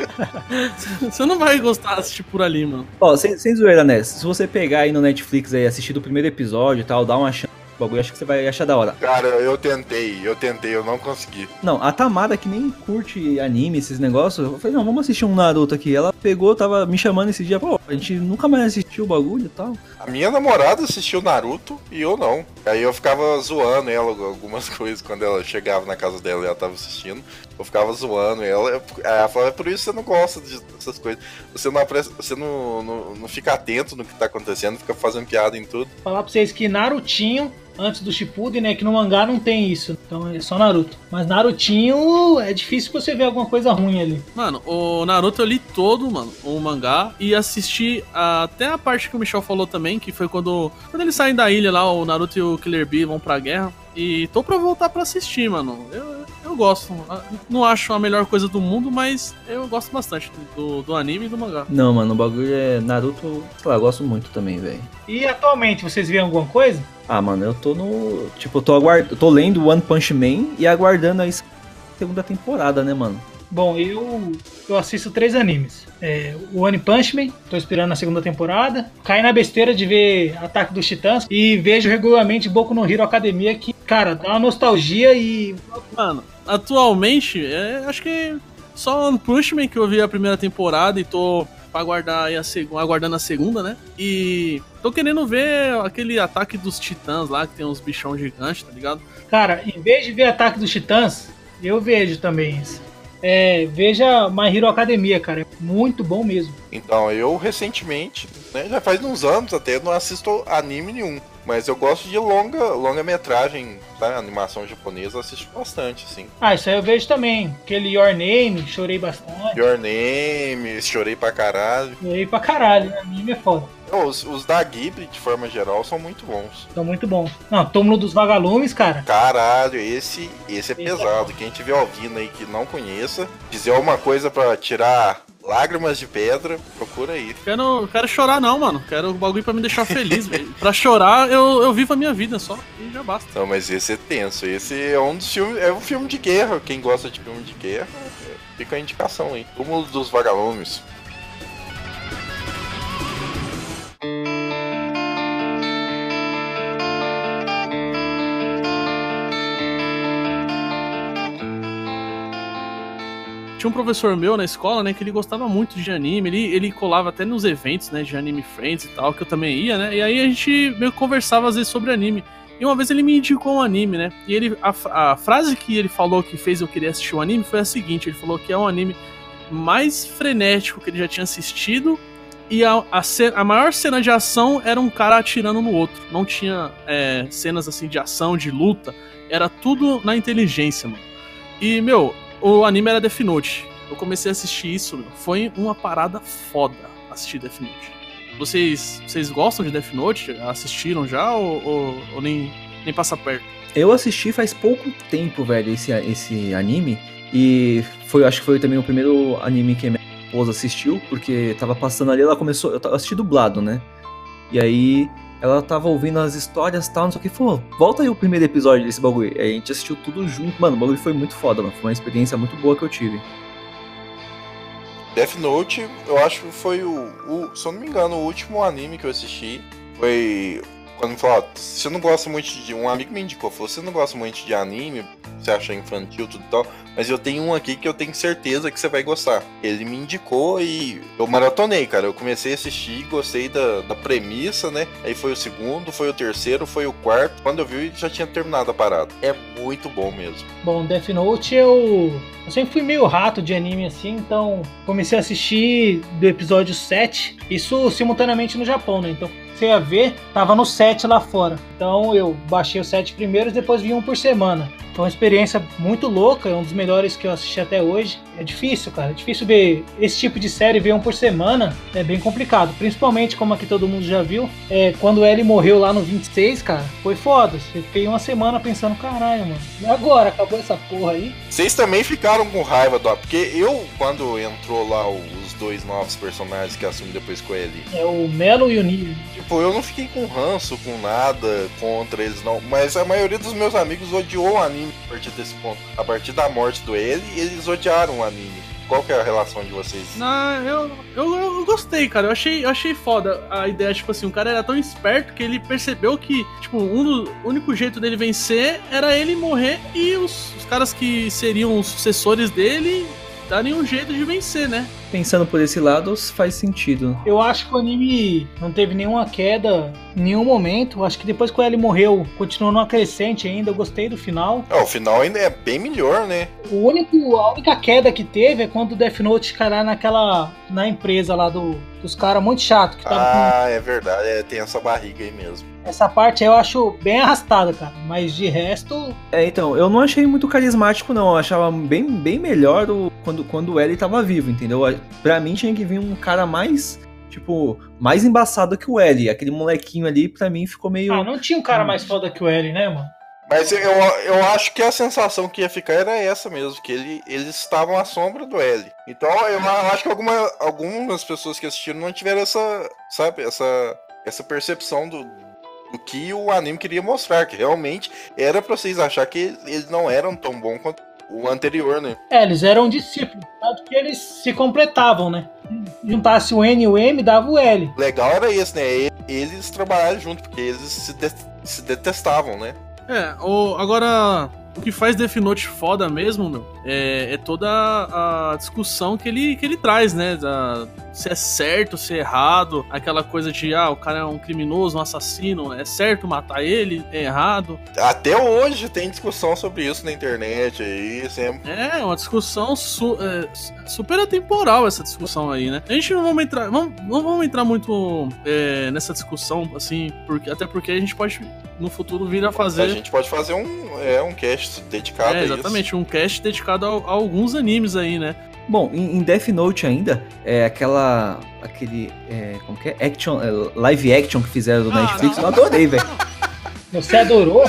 Você não vai gostar de assistir por ali, mano. Ó, sem, sem zoeira, né? Se você pegar aí no Netflix aí, assistir do primeiro episódio e tal, dar uma chance pro bagulho, acho que você vai achar da hora. Cara, eu tentei, eu tentei, eu não consegui. Não, a Tamara, que nem curte anime, esses negócios, eu falei, não, vamos assistir um Naruto aqui. Ela pegou, tava me chamando esse dia, pô, a gente nunca mais assistiu o bagulho e tal. A minha namorada assistiu Naruto e eu não. Aí eu ficava zoando ela algumas coisas quando ela chegava na casa dela e ela tava assistindo. Eu ficava zoando ela. Aí ela falava, é por isso que você não gosta dessas coisas. Você não, apressa, você não, não, não fica atento no que tá acontecendo, fica fazendo piada em tudo. Falar pra vocês que Narutinho, antes do Shippuden, né, que no mangá não tem isso. Então é só Naruto. Mas Narutinho, é difícil você ver alguma coisa ruim ali. Mano, o Naruto eu li todo, mano, o mangá, e assisti até a parte que o Michel falou também, que foi quando, quando eles saem da ilha lá, o Naruto e o Killer Bee vão pra guerra. E tô pra voltar pra assistir, mano. Eu, eu gosto. Não acho a melhor coisa do mundo, mas eu gosto bastante do, do anime e do mangá. Não, mano, o bagulho é Naruto, sei lá, eu gosto muito também, velho. E atualmente, vocês veem alguma coisa? Ah, mano, eu tô no... Tipo, eu tô, aguard... eu tô lendo One Punch Man e aguardando a segunda temporada, né, mano? Bom, eu, eu assisto três animes. É, o One Punch Man, tô esperando a segunda temporada. Caí na besteira de ver Ataque dos Titãs e vejo regularmente Boku no Hero Academia, que, cara, dá uma nostalgia e... Mano, atualmente, é, acho que só One Punch Man que eu vi a primeira temporada e tô pra aguardar aí a seg- aguardando a segunda, né? E tô querendo ver aquele Ataque dos Titãs lá, que tem uns bichão gigantes, tá ligado? Cara, em vez de ver Ataque dos Titãs, eu vejo também isso. É, veja My Hero Academia, cara. É muito bom mesmo. Então, eu recentemente, né, já faz uns anos até, não assisto anime nenhum. Mas eu gosto de longa, longa metragem, tá? Animação japonesa, eu assisto bastante, assim. Ah, isso aí eu vejo também. Aquele Your Name, chorei bastante. Your Name, chorei pra caralho. Chorei pra caralho, né? Anime é foda. Os, os da Ghibli, de forma geral, são muito bons. São muito bons. Não, Túmulo dos Vagalumes, cara. Caralho, esse, esse é Esse pesado. é Quem tiver ouvindo aí que não conheça, quiser alguma coisa pra tirar lágrimas de pedra, procura aí. Quero, quero chorar não, mano. Quero o bagulho pra me deixar feliz, velho. Pra chorar, eu, eu vivo a minha vida só e já basta. Não, mas esse é tenso. Esse é um dos filmes. É um filme de guerra. Quem gosta de filme de guerra, fica a indicação aí. Túmulo dos Vagalumes. Tinha um professor meu na escola, né, que ele gostava muito de anime, ele, ele colava até nos eventos, né, de Anime Friends e tal, que eu também ia, né, e aí a gente meio que conversava às vezes sobre anime. E uma vez ele me indicou um anime, né, e ele, a, a frase que ele falou que fez eu querer assistir o anime foi a seguinte, ele falou que é um anime mais frenético que ele já tinha assistido, e a, a, a maior cena de ação era um cara atirando no outro, não tinha é, cenas assim de ação, de luta, era tudo na inteligência, mano. E, meu... O anime era Death Note. Eu comecei a assistir isso, meu. Foi uma parada foda assistir Death Note. Vocês, vocês gostam de Death Note? Assistiram já ou, ou, ou nem, nem passa perto? Eu assisti faz pouco tempo, velho, esse, esse anime. E foi, acho que foi também o primeiro anime que me esposa assistiu, porque tava passando ali, ela começou, eu assisti dublado, né? E aí ela tava ouvindo as histórias e tal, não sei o que, falou, volta aí o primeiro episódio desse bagulho. Aí a gente assistiu tudo junto, mano, o bagulho foi muito foda, mano, foi uma experiência muito boa que eu tive. Death Note, eu acho que foi o, o, se eu não me engano, o último anime que eu assisti. Foi quando me falou, ó, você não gosta muito de... Um amigo me indicou, falou, você não gosta muito de anime, você acha infantil, tudo e tal, mas eu tenho um aqui que eu tenho certeza que você vai gostar. Ele me indicou e eu maratonei, cara. Eu comecei a assistir, gostei da, da premissa, né? Aí foi o segundo, foi o terceiro, foi o quarto. Quando eu vi, já tinha terminado a parada. É muito bom mesmo. Bom, Death Note eu... Eu sempre fui meio rato de anime assim, então comecei a assistir do episódio sete, isso simultaneamente no Japão, né? Então comecei a ver, tava no sete lá fora. Então eu baixei os sete primeiros e depois vi um por semana. Foi uma experiência muito louca, é um dos melhores que eu assisti até hoje. É difícil, cara, é difícil ver esse tipo de série, ver um por semana, é bem complicado. Principalmente, como aqui todo mundo já viu, é, quando ele morreu lá no vinte e seis, cara, foi foda. Eu fiquei uma semana pensando, caralho, mano, e agora? Acabou essa porra aí? Vocês também ficaram com raiva do... Porque eu, quando entrou lá os dois novos personagens que assumem depois com ele... É o Melo e o Nio. Tipo, eu não fiquei com ranço, com nada contra eles, não. Mas a maioria dos meus amigos odiou o anime a partir desse ponto. A partir da morte do L, eles odiaram o anime. Qual que é a relação de vocês? Não, eu, eu, eu gostei, cara. Eu achei, eu achei foda a ideia. Tipo assim, o cara era tão esperto que ele percebeu que, tipo, um do, o único jeito dele vencer era ele morrer e os, os caras que seriam os sucessores dele darem um jeito de vencer, né? Pensando por esse lado, faz sentido. Eu acho que o anime não teve nenhuma queda em nenhum momento. Eu acho que depois que o L morreu, continuou numa crescente ainda. Eu gostei do final. É, o final ainda é bem melhor, né? O único, a única queda que teve é quando o Death Note cair naquela... na empresa lá do, dos caras muito chato que tava Ah, com... é verdade. É, tem essa barriga aí mesmo. Essa parte aí eu acho bem arrastada, cara. Mas de resto... É, então, eu não achei muito carismático, não. Eu achava bem, bem melhor o, quando, quando o L tava vivo, entendeu? Pra mim tinha que vir um cara mais, tipo, mais embaçado que o L. Aquele molequinho ali, pra mim, ficou meio... Ah, não tinha um cara mais foda que o L, né, mano? Mas eu, eu acho que a sensação que ia ficar era essa mesmo, que ele, eles estavam à sombra do L. Então eu acho que alguma, algumas pessoas que assistiram não tiveram essa, sabe, essa, essa percepção do, do que o anime queria mostrar, que realmente era pra vocês achar que eles não eram tão bons quanto o anterior, né? É, eles eram discípulos, tanto que eles se completavam, né? Juntasse o N e o M, dava o L. Legal era esse, né? Eles trabalharam junto, porque eles se, de, se detestavam, né? É, o, agora, o que faz Death Note foda mesmo, meu, é, é toda a discussão que ele, que ele traz, né? Da, se é certo, se é errado, aquela coisa de, ah, o cara é um criminoso, um assassino, é certo matar ele, é errado. Até hoje tem discussão sobre isso na internet aí, sempre. É, uma discussão su, é, super atemporal essa discussão aí, né? A gente não vamos entrar, vamos, não vamos entrar muito é, nessa discussão, assim, porque, até porque a gente pode no futuro vir a fazer... A gente pode fazer um, é, um cast dedicado é, a isso. Exatamente, um cast dedicado a, a alguns animes aí, né? Bom, em, em Death Note ainda, é aquela... aquele... É, como que é? Action, é, live action que fizeram do ah, Netflix, não. Eu adorei, velho. Você adorou?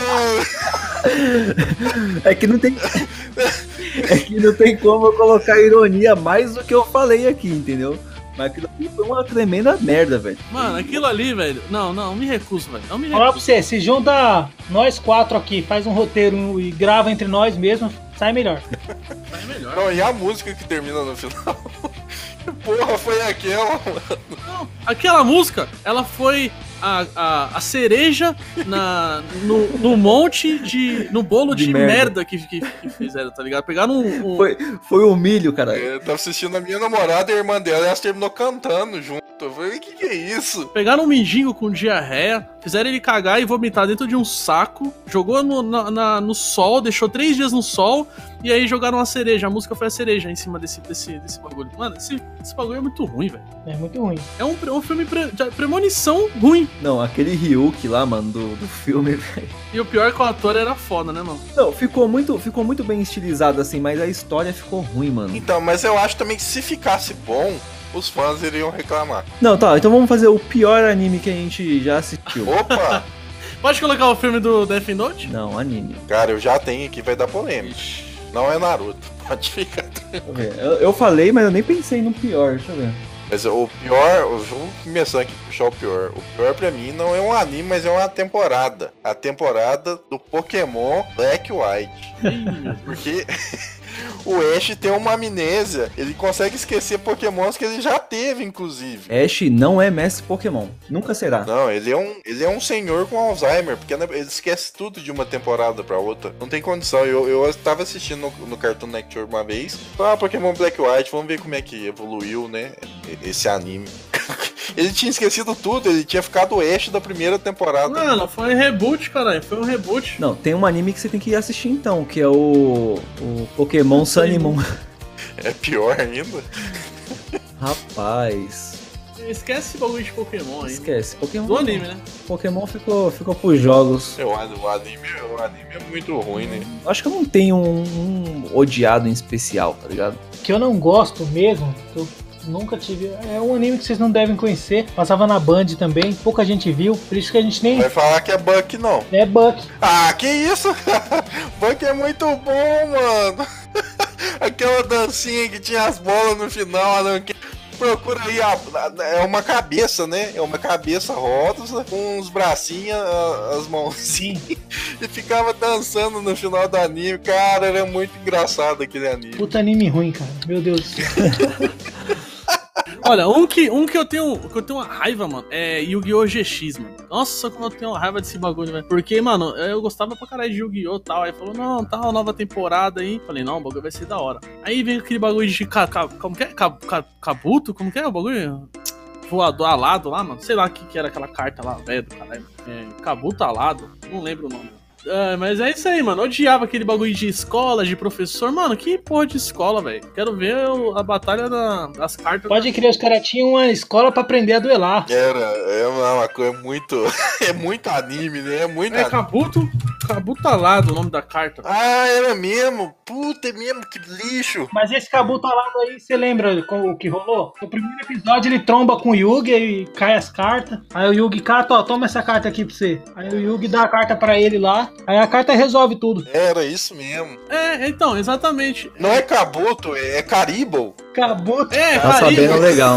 É que não tem... É que não tem como eu colocar ironia mais do que eu falei aqui, entendeu? Mas aquilo ali foi uma tremenda merda, velho. Mano, aquilo ali, velho... Não, não, me recuso, velho. Não me recuso. Fala pra você, se junta nós quatro aqui, faz um roteiro e grava entre nós mesmo, sai melhor. Sai melhor. Não, e a música que termina no final? Que porra foi aquela, mano? Não, aquela música, ela foi a, a, a cereja na, no, no monte de... no bolo de, de merda, merda que, que, que fizeram, tá ligado? Pegaram um... um... Foi, foi um milho, cara. Eu tava assistindo a minha namorada e a irmã dela e elas terminou cantando junto. Eu falei, o que que é isso? Pegaram um mendigo com diarreia, fizeram ele cagar e vomitar dentro de um saco, jogou no, na, na, no sol, deixou três dias no sol, e aí jogaram uma cereja. A música foi a cereja em cima desse, desse, desse bagulho. Mano, esse, esse bagulho é muito ruim, velho. É muito ruim. É um, um filme pre, de premonição ruim. Não, aquele Ryuki lá, mano, do, do filme, velho. E o pior é que o ator era foda, né, mano? Não, ficou muito, ficou muito bem estilizado assim, mas a história ficou ruim, mano. Então, mas eu acho também que se ficasse bom, os fãs iriam reclamar. Não, tá, então vamos fazer o pior anime que a gente já assistiu. Opa! Pode colocar o filme do Death Note? Não, anime. Cara, eu já tenho aqui, vai dar polêmica. Não é Naruto. Pode ficar. Deixa eu ver. Eu, eu falei, mas eu nem pensei no pior, deixa eu ver. Mas o pior, vamos começar aqui a puxar o pior. O pior pra mim não é um anime, mas é uma temporada. A temporada do Pokémon Black e White. Porque o Ash tem uma amnésia, ele consegue esquecer Pokémons que ele já teve, inclusive. Ash não é mestre Pokémon, nunca será. Não, ele é um, ele é um senhor com Alzheimer, porque ele esquece tudo de uma temporada pra outra. Não tem condição. Eu, eu tava assistindo no, no Cartoon Network uma vez. Ah, Pokémon Black e White, vamos ver como é que evoluiu, né? Esse anime. Ele tinha esquecido tudo, ele tinha ficado o Ash da primeira temporada. Mano, foi um reboot, caralho. Foi um reboot. Não, tem um anime que você tem que assistir então, que é o, o Pokémon Sun e Moon. É pior ainda? Rapaz. Esquece esse bagulho de Pokémon aí. Esquece. Pokémon. Do anime, né? Pokémon ficou, ficou pros jogos. O, o, anime, o anime é muito ruim, né? Acho que eu não tenho um, um odiado em especial, tá ligado? Que eu não gosto mesmo, que eu nunca tive. É um anime que vocês não devem conhecer. Passava na Band também, pouca gente viu. Por isso que a gente nem. Vai falar que é Buck, não. É Buck. Ah, que isso? Buck é muito bom, mano. Aquela dancinha que tinha as bolas no final, não que. Procura aí, a, a, é uma cabeça, né? É uma cabeça rosa, com uns bracinhos, a, as mãozinhas, e ficava dançando no final do anime. Cara, era muito engraçado aquele anime. Puta anime ruim, cara. Meu Deus do céu. Olha, um que, um que eu tenho que eu tenho uma raiva, mano, é Yu-Gi-Oh! G X, mano. Nossa, como eu tenho uma raiva desse bagulho, velho. Porque, mano, eu gostava pra caralho de Yu-Gi-Oh! E tal. Aí falou, não, tá uma nova temporada aí. Falei, não, o bagulho vai ser da hora. Aí veio aquele bagulho de ca, ca, como que é? Ca, ca, Kabuto? Como que é o bagulho? Voador alado lá, mano. Sei lá o que, que era aquela carta lá, velho do caralho. É, Kabuto alado. Não lembro o nome. É, mas é isso aí, mano. Eu odiava aquele bagulho de escola, de professor. Mano, que porra de escola, velho. Quero ver a batalha da, das cartas. Pode crer, os caras tinham uma escola pra aprender a duelar. Era, é uma coisa muito. É muito anime, né? É muito É, anime. Kabuto. Kabuto alado, o nome da carta. Ah, era mesmo? Puta, é mesmo? Que lixo. Mas esse Kabuto alado aí, você lembra com o que rolou? No primeiro episódio ele tromba com o Yugi e cai as cartas. Aí o Yugi cata, ó, toma essa carta aqui pra você. Aí o Yugi dá a carta pra ele lá. Aí a carta resolve tudo. Era isso mesmo. É, então, exatamente. Não é Kabuto, é Caribou. Kabuto. É, Tá Caribou. sabendo legal.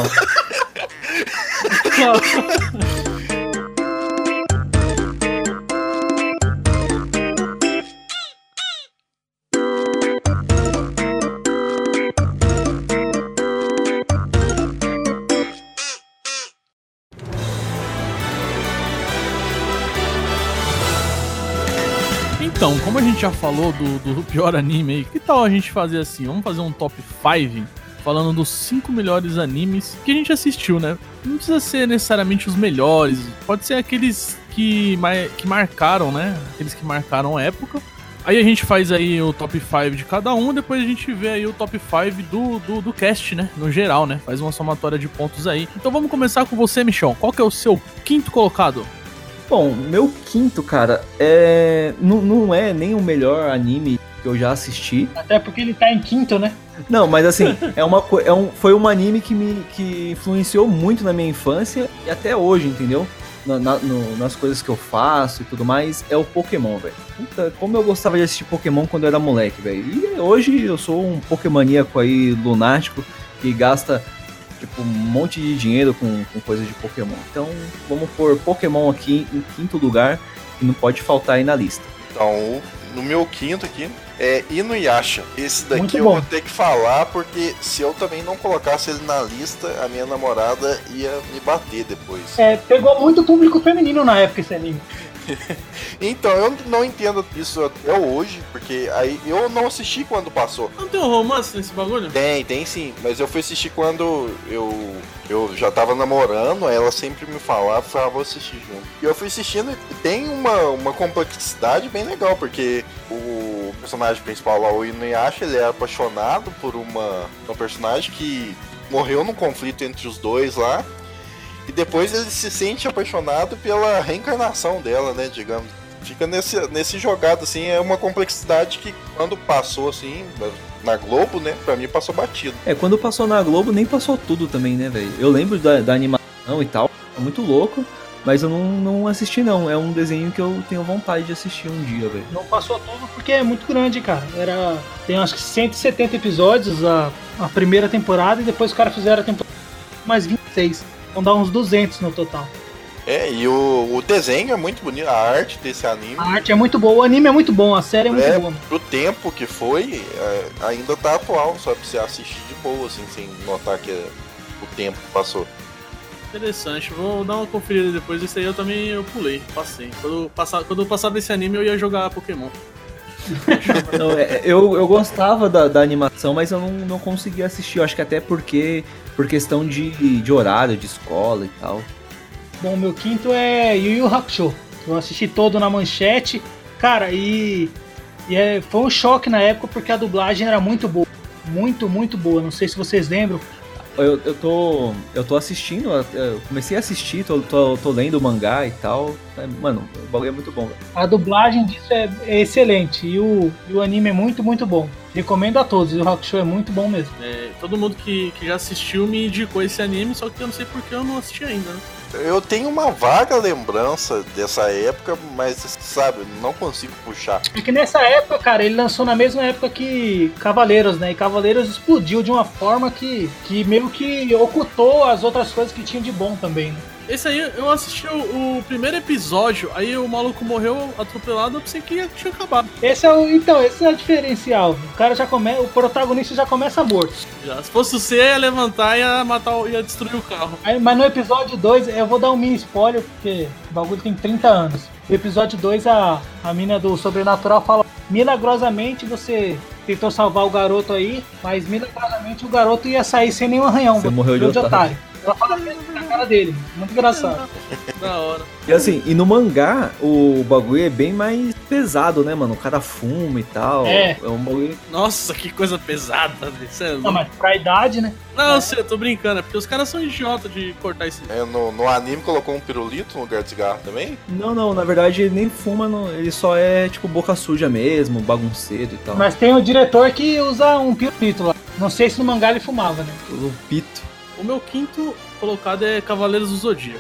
Então, como a gente já falou do, do pior anime aí, que tal a gente fazer assim? Vamos fazer um top cinco falando dos cinco melhores animes que a gente assistiu, né? Não precisa ser necessariamente os melhores, pode ser aqueles que, que marcaram, né? Aqueles que marcaram a época. Aí a gente faz aí o top cinco de cada um, depois a gente vê aí o top cinco do, do, do cast, né? No geral, né? Faz uma somatória de pontos aí. Então vamos começar com você, Michão. Qual que é o seu quinto colocado? Bom, meu quinto, cara, é não, não é nem o melhor anime que eu já assisti. Até porque ele tá em quinto, né? Não, mas assim, é uma, co- é um, foi um anime que me que influenciou muito na minha infância e até hoje, entendeu? Na, na- no- nas coisas que eu faço e tudo mais, é o Pokémon, velho. Puta, como eu gostava de assistir Pokémon quando eu era moleque, velho. E hoje eu sou um Pokémoníaco aí, lunático, que gasta tipo, um monte de dinheiro com, com coisa de Pokémon. Então, vamos pôr Pokémon aqui em quinto lugar, que não pode faltar aí na lista. Então, no meu quinto aqui é Inuyasha. Esse daqui Muito eu bom. vou ter que falar, porque se eu também não colocasse ele na lista, a minha namorada ia me bater depois. É, pegou muito público feminino na época esse anime. Então, eu não entendo isso até hoje, porque aí eu não assisti quando passou. Não tem um romance nesse bagulho? Tem, tem sim, mas eu fui assistir quando eu, eu já tava namorando, aí ela sempre me falava, falava, vou assistir junto. E eu fui assistindo e tem uma, uma complexidade bem legal, porque o personagem principal lá, o Inuyasha, ele é apaixonado por uma, uma personagem que morreu num conflito entre os dois lá, e depois ele se sente apaixonado pela reencarnação dela, né, digamos. Fica nesse, nesse jogado, assim, é uma complexidade que quando passou, assim, na Globo, né, pra mim passou batido. É, quando passou na Globo nem passou tudo também, né, velho? Eu lembro da, da animação e tal, é muito louco, Mas eu não, não assisti, não. É um desenho que eu tenho vontade de assistir um dia, velho. Não passou tudo porque é muito grande, cara. Era, tem acho que cento e setenta episódios a, a primeira temporada e depois os caras fizeram a temporada mais vinte e seis. Então dá uns duzentos no total. É, e o, o desenho é muito bonito, a arte desse anime. A arte é muito boa, o anime é muito bom, a série é muito é, boa. Pro tempo que foi, é, ainda tá atual, só pra você assistir de boa, assim, sem notar que é, o tempo passou. Interessante, vou dar uma conferida depois. Esse aí eu também eu pulei, passei. Quando eu passava, quando eu passava esse anime eu ia jogar Pokémon. Não, é, eu, eu gostava da, da animação, mas eu não, não conseguia assistir. Eu acho que até porque por questão de, de horário, de escola e tal. Bom, meu quinto é Yu Yu Hakusho. Eu assisti todo na Manchete. Cara, e, e é, foi um choque na época porque a dublagem era muito boa. Muito, muito boa. Não sei se vocês lembram. Eu, eu, tô, eu tô assistindo, eu comecei a assistir, tô, tô, tô lendo o mangá e tal. Mano, o bagulho é muito bom, velho. A dublagem disso é, é excelente e o, e o anime é muito, muito bom. Recomendo a todos, o Hakusho é muito bom mesmo. É, todo mundo que, que já assistiu me indicou esse anime, só que eu não sei porque eu não assisti ainda, né? Eu tenho uma vaga lembrança dessa época, mas, sabe, não consigo puxar. É que nessa época, cara, ele lançou na mesma época que Cavaleiros, né? E Cavaleiros explodiu de uma forma que, que meio que ocultou as outras coisas que tinham de bom também, né? Esse aí, eu assisti o, o primeiro episódio, aí o maluco morreu atropelado, eu pensei que tinha acabado. Esse é o, então, esse é o diferencial. O cara já começa, o protagonista já começa morto. Já, se fosse você, ia levantar e ia matar, ia destruir o carro. Aí, mas no episódio dois, eu vou dar um mini spoiler, porque o bagulho tem trinta anos. No episódio dois, a, a mina do Sobrenatural fala: milagrosamente você tentou salvar o garoto aí, mas milagrosamente o garoto ia sair sem nenhum arranhão. Você morreu de otário. otário. Ela fala mesmo na cara dele, muito engraçado. Da hora. E assim, e no mangá, o bagulho é bem mais pesado, né, mano? O cara fuma e tal. É. É um bagulho... Nossa, que coisa pesada. Isso é... Não, mas pra idade, né? Não, é. eu sei, eu tô brincando, é porque os caras são idiotas de cortar esse... É, no, no anime colocou um pirulito no lugar de cigarro também? Não, não, na verdade ele nem fuma, não, ele só é tipo boca suja mesmo, bagunceiro e tal. Mas tem o diretor que usa um pirulito lá. Não sei se no mangá ele fumava, né? O pito. O meu quinto colocado é Cavaleiros do Zodíaco,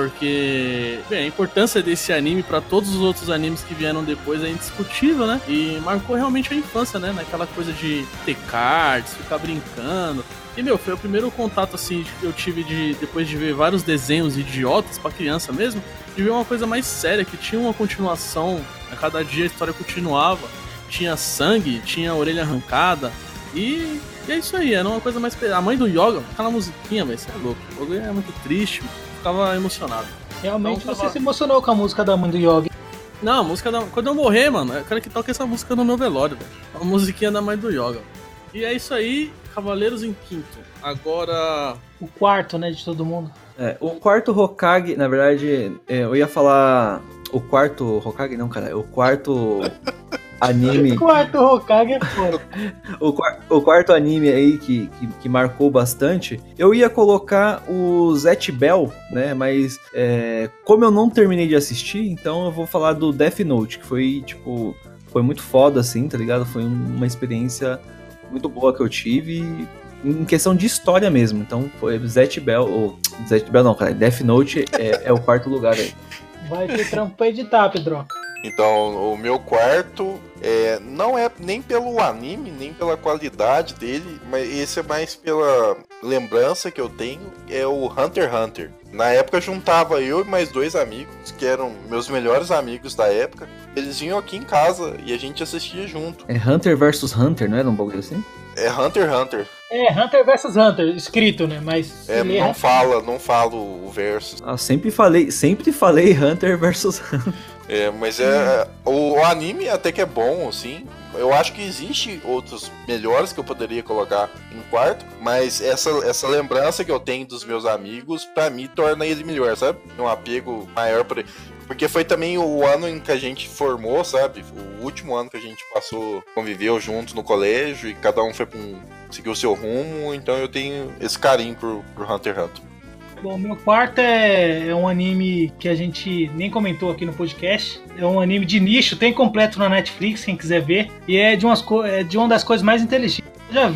porque, bem, a importância desse anime para todos os outros animes que vieram depois é indiscutível, né? E marcou realmente a infância, né? Naquela coisa de ter cards, ficar brincando. E, meu, foi o primeiro contato, assim, que eu tive de, depois de ver vários desenhos idiotas pra criança mesmo, de ver uma coisa mais séria, que tinha uma continuação, a cada dia a história continuava, tinha sangue, tinha orelha arrancada, e... E é isso aí, era uma coisa mais... A mãe do Yoga, aquela musiquinha, velho, você é louco. O bagulho é muito triste, ficava emocionado. Realmente então, você tava... se emocionou com a música da mãe do Yoga. Não, a música da... Quando eu morrer, mano, eu quero que toque essa música no meu velório, velho. A musiquinha da mãe do Yoga. E é isso aí, Cavaleiros em quinto. Agora... O quarto, né, de todo mundo. É, o quarto Hokage, na verdade, é, eu ia falar... O quarto Hokage, não, cara, o quarto... anime. O quarto Hokage é foda. o, o quarto anime aí que, que, que marcou bastante, eu ia colocar o Zatch Bell, né? Mas é, como eu não terminei de assistir, então eu vou falar do Death Note, que foi, tipo, foi muito foda, assim, tá ligado? Foi uma experiência muito boa que eu tive, em questão de história mesmo. Então foi Zatch Bell, ou Zatch Bell não, cara, Death Note é, é o quarto lugar aí. Vai ter trampo pra editar, Pedroca. Então, o meu quarto é, não é nem pelo anime, nem pela qualidade dele, mas esse é mais pela lembrança que eu tenho, é o Hunter x Hunter. Na época juntava eu e mais dois amigos, que eram meus melhores amigos da época. Eles vinham aqui em casa e a gente assistia junto. É Hunter versus Hunter, não era um bagulho assim? É Hunter x Hunter. É, Hunter versus Hunter, escrito, né? Mas. É, não é... fala, não fala o versus. Ah, sempre falei, sempre falei Hunter versus Hunter. É, mas é. O, o anime até que é bom, assim. Eu acho que existe outros melhores que eu poderia colocar em quarto, mas essa, essa lembrança que eu tenho dos meus amigos, pra mim, torna ele melhor, sabe? Um apego maior pra ele. Porque foi também o ano em que a gente formou, sabe? O último ano que a gente passou, conviveu junto no colégio e cada um foi pra um, seguiu o seu rumo, então eu tenho esse carinho por, por Hunter x Hunter. Bom, meu quarto é, é um anime que a gente nem comentou aqui no podcast. É um anime de nicho, tem completo na Netflix, quem quiser ver. E é de, umas, é de uma das coisas mais inteligentes que eu já vi.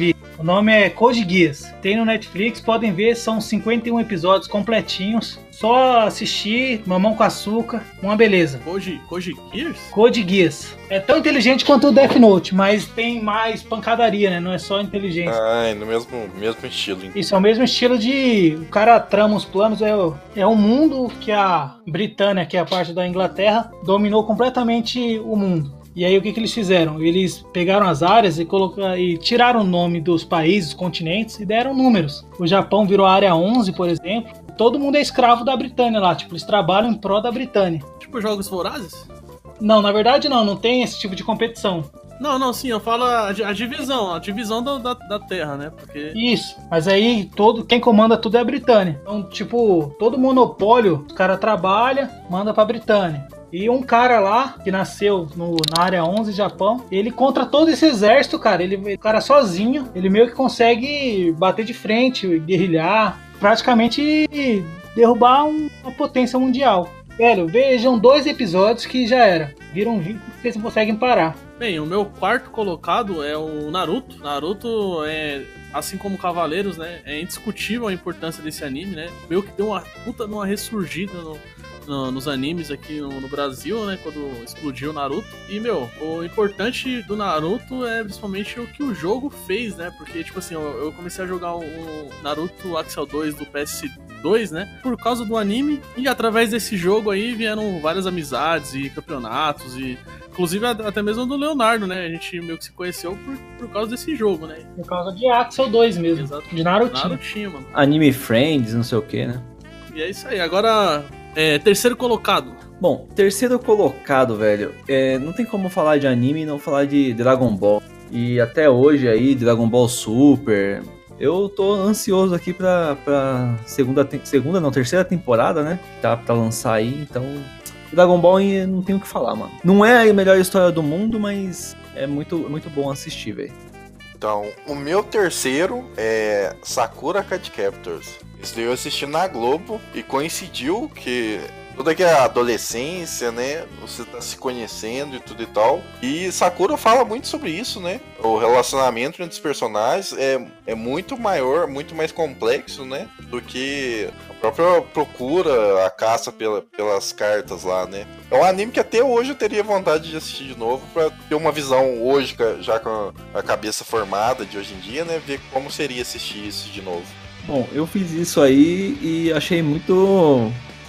O nome é Code Geass. Tem no Netflix, podem ver, são cinquenta e um episódios completinhos. Só assistir, mamão com açúcar, uma beleza. Code, Code Geass? Code Geass. É tão inteligente quanto o Death Note, mas tem mais pancadaria, né? Não é só inteligência. Ah, é no mesmo, mesmo estilo. Isso, é o mesmo estilo de... O cara trama os planos, é, é um mundo que a Britânia, que é a parte da Inglaterra, dominou completamente o mundo. E aí o que, que eles fizeram? Eles pegaram as áreas e, colocaram, e tiraram o nome dos países, dos continentes e deram números. O Japão virou a área onze, por exemplo. Todo mundo é escravo da Britânia lá, tipo, eles trabalham em prol da Britânia. Tipo Jogos Vorazes? Não, na verdade não, não tem esse tipo de competição. Não, não, sim, eu falo a, a divisão, a divisão da, da, da Terra, né? Porque... Isso, mas aí todo, quem comanda tudo é a Britânia. Então, tipo, todo monopólio, os caras trabalham, manda pra Britânia. E um cara lá, que nasceu no, na área onze, Japão, ele contra todo esse exército, cara, ele, o cara sozinho, ele meio que consegue bater de frente, guerrilhar, praticamente derrubar um, uma potência mundial. Velho, vejam dois episódios que já era. Viram vinte e vocês não conseguem parar. Bem, o meu quarto colocado é o Naruto. Naruto é, assim como Cavaleiros, né, é indiscutível a importância desse anime, né? Meio que deu uma puta numa ressurgida no... No, nos animes aqui no, no Brasil, né, quando explodiu o Naruto. E, meu, o importante do Naruto é principalmente o que o jogo fez, né, porque, tipo assim, eu, eu comecei a jogar o, o Naruto Axel dois do P S dois, né, por causa do anime, e através desse jogo aí vieram várias amizades e campeonatos, e inclusive até mesmo do Leonardo, né, a gente meio que se conheceu por, por causa desse jogo, né. Por causa de Axel dois mesmo, Exato. De Narutinho. Narutinho, mano. Anime Friends, não sei o que, né. E é isso aí, agora... É, terceiro colocado. Bom, terceiro colocado, velho, é, não tem como falar de anime e não falar de Dragon Ball. E até hoje aí, Dragon Ball Super. Eu tô ansioso aqui pra, pra segunda, segunda, não, terceira temporada, né? Tá pra lançar aí, então... Dragon Ball não tem o que falar, mano. Não é a melhor história do mundo, mas é muito, muito bom assistir, velho. Então, o meu terceiro é Sakura Card Captors. Esse daí eu assisti na Globo e coincidiu que toda aquela adolescência, né? Você tá se conhecendo e tudo e tal. E Sakura fala muito sobre isso, né? O relacionamento entre os personagens é, é muito maior, muito mais complexo, né? Do que a própria procura, a caça pela, pelas cartas lá, né? É um anime que até hoje eu teria vontade de assistir de novo pra ter uma visão hoje, já com a cabeça formada de hoje em dia, né? Ver como seria assistir isso de novo. Bom, eu fiz isso aí e achei muito,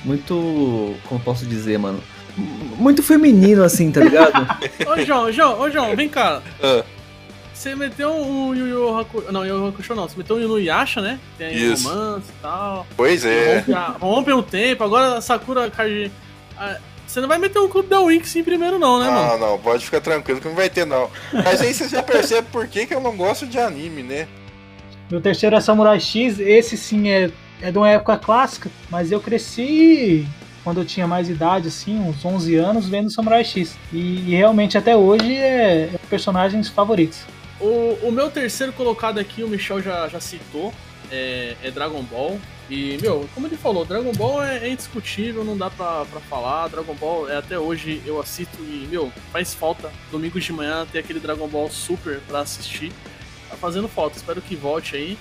muito, como posso dizer, mano, muito feminino assim, tá ligado? Ô João, João, ô João, vem cá. Ah. Você meteu um Yu Yu Hakusho, não, Yu Yu Hakusho não, você meteu um Inuyasha, né? Tem aí Isso. romance e tal. Pois é. Rompe, rompe um tempo, agora Sakura Card... Você não vai meter um Clube da Winx em primeiro não, né, mano? Não, não, pode ficar tranquilo que não vai ter não. Mas aí você já percebe por que, que eu não gosto de anime, né? Meu terceiro é Samurai X, esse sim é, é de uma época clássica, mas eu cresci quando eu tinha mais idade, assim, uns onze anos, vendo Samurai X. E, e realmente até hoje é, é personagens favoritos. O, o meu terceiro colocado aqui, o Michel já, já citou, é, é Dragon Ball. E, meu, como ele falou, Dragon Ball é, é indiscutível, não dá pra, pra falar. Dragon Ball, é, até hoje eu assisto e, meu, faz falta domingos de manhã ter aquele Dragon Ball Super pra assistir. Tá fazendo falta, espero que volte aí.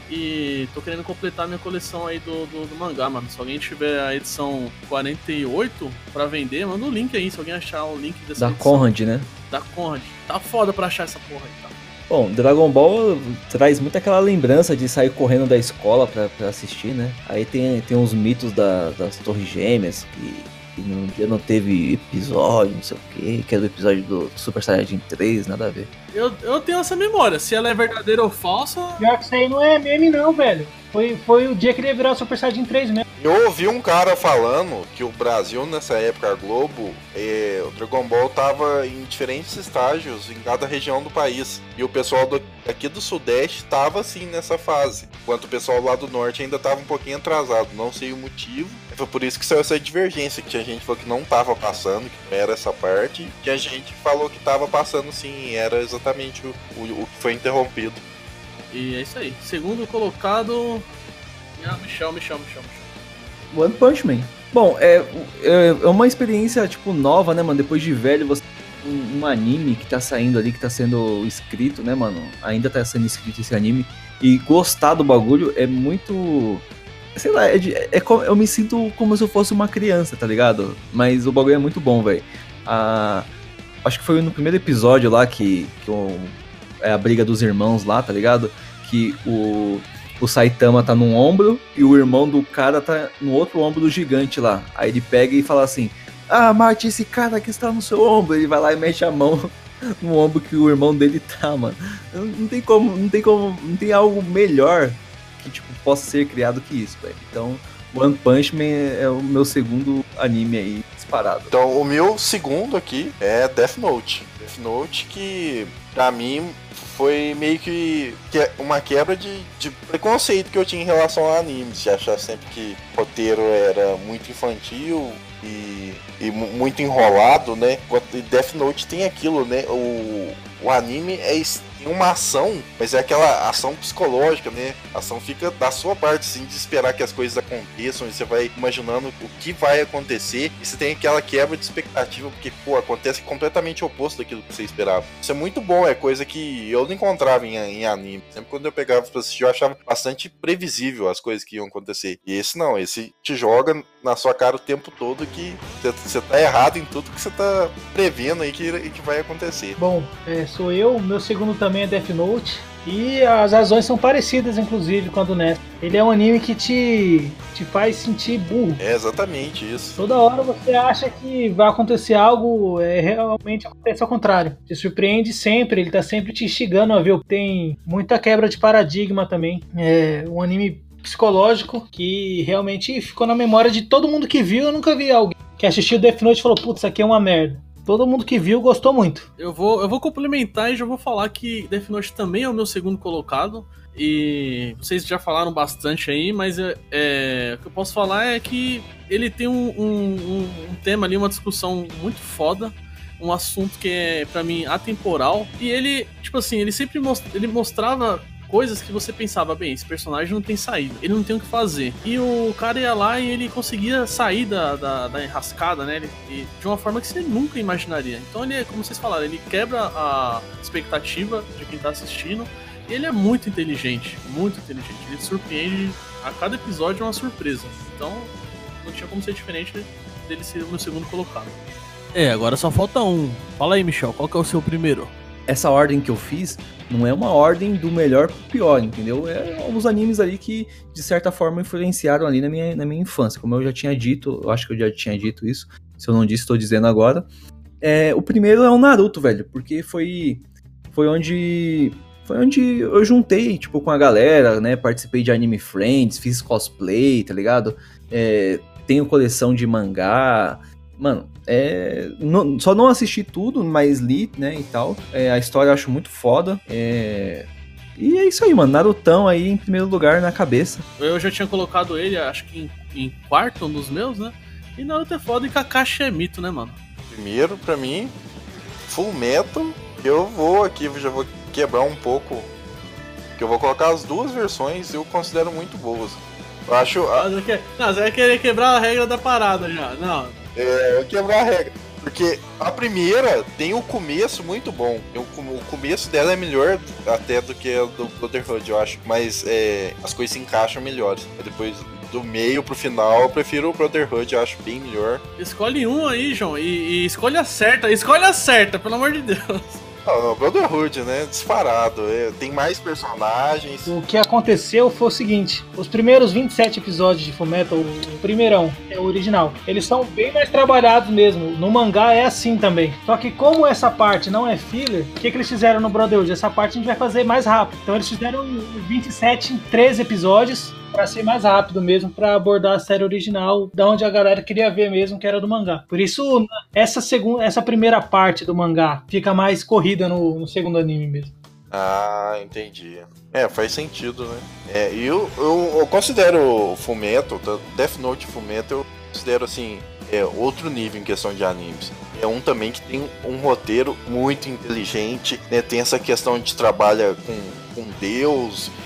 E tô querendo completar minha coleção aí do, do, do mangá, mano. Se alguém tiver a edição quarenta e oito pra vender, manda o um link aí. Se alguém achar o link dessa Da edição. Conrad, né? Da Conrad. Tá foda pra achar essa porra aí, tá? Bom, Dragon Ball traz muito aquela lembrança de sair correndo da escola pra, pra assistir, né? Aí tem, tem uns mitos da, das Torres Gêmeas, que, que não, que não teve episódio, não sei o quê, que é do episódio do Super Saiyajin três, nada a ver. Eu, eu tenho essa memória, se ela é verdadeira ou falsa. Pior que isso aí não é meme não, velho. Foi, foi o dia que ele ia virar o Super Saiyajin três mesmo. Eu ouvi um cara falando que o Brasil, nessa época, a Globo, é, o Dragon Ball tava em diferentes estágios em cada região do país. E o pessoal do, aqui do Sudeste tava assim nessa fase. Enquanto o pessoal lá do Norte ainda tava um pouquinho atrasado. Não sei o motivo. Foi por isso que saiu essa divergência. Que tinha gente que falou que não tava passando, que não era essa parte. E a gente falou que tava passando sim. Era exatamente o, o, o que foi interrompido. E é isso aí. Segundo colocado. Ah, Michel, Michel, Michel, Michel. One Punch Man. Bom, é, é, é uma experiência, tipo, nova, né, mano? Depois de velho, você um, um anime que tá saindo ali, que tá sendo escrito, né, mano? Ainda tá sendo escrito esse anime. E gostar do bagulho é muito... Sei lá, é, de, é, eu me sinto como se eu fosse uma criança, tá ligado? Mas o bagulho é muito bom, velho. Acho que foi no primeiro episódio lá que, que o, é a briga dos irmãos lá, tá ligado? Que o, o Saitama tá num ombro e o irmão do cara tá no outro ombro do gigante lá. Aí ele pega e fala assim: ah, mate esse cara que está no seu ombro. Ele vai lá e mexe a mão no ombro que o irmão dele tá, mano. Não tem como, não tem como, não tem algo melhor que, tipo, possa ser criado que isso, velho. Então, One Punch Man é o meu segundo anime aí, disparado. Então, o meu segundo aqui é Death Note. Death Note que, pra mim, foi meio que uma quebra de, de preconceito que eu tinha em relação a animes. De achar sempre que o roteiro era muito infantil e, e muito enrolado, né? E Death Note tem aquilo, né? O, o anime é tem uma ação, mas é aquela ação psicológica, né? A ação fica da sua parte, assim, de esperar que as coisas aconteçam, e você vai imaginando o que vai acontecer, e você tem aquela quebra de expectativa, porque, pô, acontece completamente o oposto daquilo que você esperava. Isso é muito bom, é coisa que eu não encontrava em, em anime. Sempre quando eu pegava pra assistir, eu achava bastante previsível as coisas que iam acontecer. E esse não, esse te joga na sua cara o tempo todo que você tá errado em tudo que você tá prevendo aí que, que vai acontecer. Bom, é, sou eu, meu segundo também é Death Note, e as razões são parecidas, inclusive, com a do Ness. Ele é um anime que te, te faz sentir burro. É exatamente isso. Toda hora você acha que vai acontecer algo, é, realmente acontece ao contrário. Te surpreende sempre, ele tá sempre te instigando a ver. Tem muita quebra de paradigma também. É um anime psicológico que realmente ficou na memória de todo mundo que viu. Eu nunca vi alguém que assistiu Death Note e falou: putz, isso aqui é uma merda. Todo mundo que viu gostou muito. Eu vou, eu vou complementar e já vou falar que Death Note também é o meu segundo colocado. E vocês já falaram bastante aí, mas é, é, o que eu posso falar é que ele tem um, um, um tema ali, uma discussão muito foda. Um assunto que é, pra mim, atemporal. E ele, tipo assim, ele sempre most, ele mostrava coisas que você pensava, bem, esse personagem não tem saída, ele não tem o que fazer. E o cara ia lá e ele conseguia sair da, da, da enrascada, né? Ele, e, de uma forma que você nunca imaginaria. Então ele, como vocês falaram, ele quebra a expectativa de quem tá assistindo. E ele é muito inteligente, muito inteligente. Ele surpreende, a cada episódio é uma surpresa. Então não tinha como ser diferente dele ser o meu segundo colocado. É, agora só falta um. Fala aí, Michel, qual que é o seu primeiro? Essa ordem que eu fiz não é uma ordem do melhor pro pior, entendeu? É uns animes ali que, de certa forma, influenciaram ali na minha, na minha infância. Como eu já tinha dito, eu acho que eu já tinha dito isso. Se eu não disse, estou dizendo agora. É, o primeiro é o Naruto, velho, porque foi, foi onde... Foi onde eu juntei, tipo, com a galera, né? Participei de Anime Friends, fiz cosplay, tá ligado? É, tenho coleção de mangá. Mano, é, não, só não assisti tudo, mas li, né, e tal. É, a história eu acho muito foda. É, e é isso aí, mano. Narutão aí em primeiro lugar na cabeça. Eu já tinha colocado ele, acho que em, em quarto, um dos meus, né? E Naruto é foda e Kakashi é mito, né, mano? Primeiro, pra mim, Full Metal. Eu vou aqui, já vou quebrar um pouco. Que eu vou colocar as duas versões, eu considero muito boas. Eu acho. Ah, você quer... Não, você vai querer quebrar a regra da parada já. Não. É, eu vou quebrar a regra. Porque a primeira tem o começo muito bom. O, o começo dela é melhor até do que o do Brotherhood, eu acho. Mas é, as coisas se encaixam melhores. Depois, do meio pro final, eu prefiro o Brotherhood, eu acho bem melhor. Escolhe um aí, João. E, e escolha certa. Escolha certa, pelo amor de Deus. Não, não, Brotherhood, né? Disparado. É, tem mais personagens. O que aconteceu foi o seguinte: os primeiros vinte e sete episódios de Fullmetal, o primeirão, é o original, eles são bem mais trabalhados mesmo. No mangá é assim também. Só que como essa parte não é filler, o que, que eles fizeram no Brotherhood? Essa parte a gente vai fazer mais rápido. Então eles fizeram vinte e sete em treze episódios, pra ser mais rápido mesmo, pra abordar a série original, da onde a galera queria ver mesmo, que era do mangá. Por isso, essa, segunda, essa primeira parte do mangá fica mais corrida no, no segundo anime mesmo. Ah, entendi. É, faz sentido, né? É, e eu, eu, eu considero o Fullmetal, Death Note e Fullmetal, eu considero, assim, é outro nível em questão de animes. É um também que tem um roteiro muito inteligente, né? Tem essa questão de trabalha com, com Deus,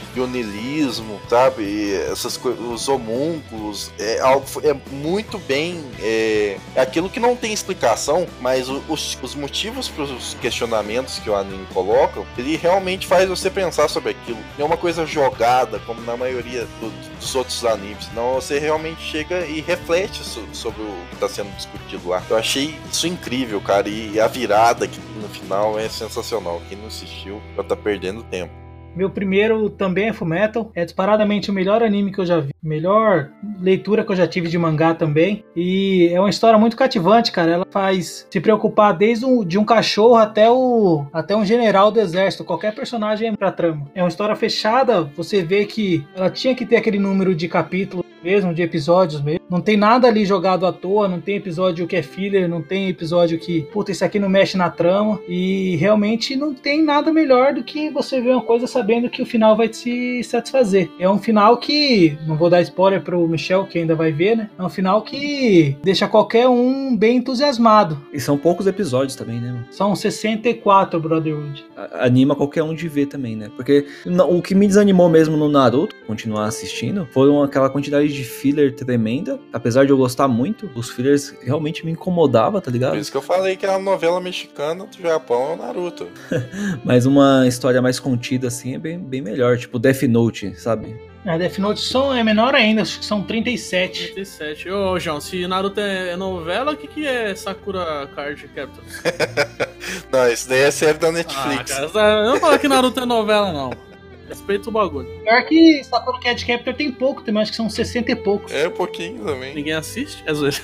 e o niilismo, sabe? E essas coisas, os homúnculos, é, algo, é muito bem, é, é aquilo que não tem explicação, mas o, os, os motivos para os questionamentos que o anime coloca, ele realmente faz você pensar sobre aquilo. Não é uma coisa jogada, como na maioria do, dos outros animes, não, você realmente chega e reflete so, sobre o que está sendo discutido lá. Eu achei isso incrível, cara, e a virada que no final é sensacional. Quem não assistiu já tá perdendo tempo. Meu primeiro também é Fullmetal, é disparadamente o melhor anime que eu já vi, melhor leitura que eu já tive de mangá também, e é uma história muito cativante, cara. Ela faz se preocupar desde um, de um cachorro até, o, até um general do exército, qualquer personagem é pra trama. É uma história fechada, você vê que ela tinha que ter aquele número de capítulos mesmo, de episódios mesmo. Não tem nada ali jogado à toa, não tem episódio que é filler, não tem episódio que, puta, esse aqui não mexe na trama, e realmente não tem nada melhor do que você ver uma coisa sabendo que o final vai te satisfazer. É um final que, não vou dar spoiler pro Michel, que ainda vai ver, né? É um final que deixa qualquer um bem entusiasmado. E são poucos episódios também, né, mano? São sessenta e quatro, Brotherhood. A- Anima qualquer um de ver também, né? Porque não, o que me desanimou mesmo no Naruto, continuar assistindo, foram aquela quantidade de filler tremenda. Apesar de eu gostar muito, os fillers realmente me incomodavam, tá ligado? Por isso que eu falei que a novela mexicana do Japão é o Naruto. Mas uma história mais contida assim é bem, bem melhor, tipo Death Note, sabe? A Death Note são, é menor ainda, acho que são trinta e sete. trinta e sete. Ô, João, se Naruto é novela, o que, que é Sakura Card Captors? Não, isso daí é série da Netflix. Ah, cara, eu não falo que Naruto é novela, não. Respeita o bagulho. Pior que Sakura Card Captor tem pouco, tem mais que são sessenta e poucos. É um pouquinho também. Ninguém assiste? É zoeira.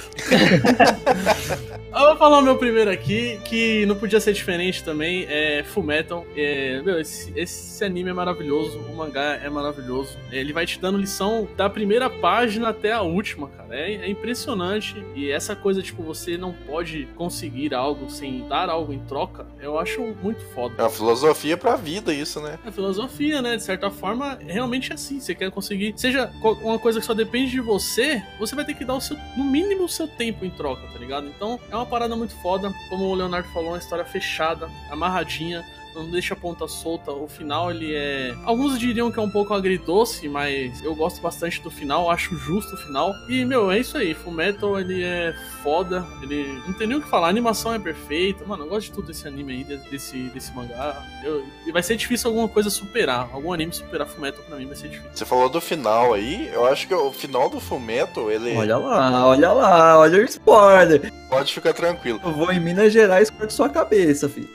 Eu vou falar o meu primeiro aqui, que não podia ser diferente também, é Fullmetal. É, meu, esse, esse anime é maravilhoso, o mangá é maravilhoso. Ele vai te dando lição da primeira página até a última, cara. É, é impressionante. E essa coisa, tipo, você não pode conseguir algo sem dar algo em troca, eu acho muito foda. É uma filosofia pra vida isso, né? É filosofia, né? De certa forma, realmente é assim. Você quer conseguir, seja uma coisa que só depende de você, você vai ter que dar o seu, no mínimo o seu tempo em troca, tá ligado? Então, é uma parada muito foda. Como o Leonardo falou, uma história fechada, amarradinha, não deixa a ponta solta. O final, ele é... Alguns diriam que é um pouco agridoce, mas eu gosto bastante do final, acho justo o final. E, meu, é isso aí. Fullmetal, ele é foda, ele... Não tem nem o que falar, a animação é perfeita. Mano, eu gosto de tudo desse anime aí, desse, desse mangá. Eu... E vai ser difícil alguma coisa superar. Algum anime superar Fullmetal pra mim vai ser difícil. Você falou do final aí, eu acho que o final do Fullmetal, ele... Olha lá, olha lá, olha o spoiler. Pode ficar tranquilo. Eu vou em Minas Gerais e corto sua cabeça, filho.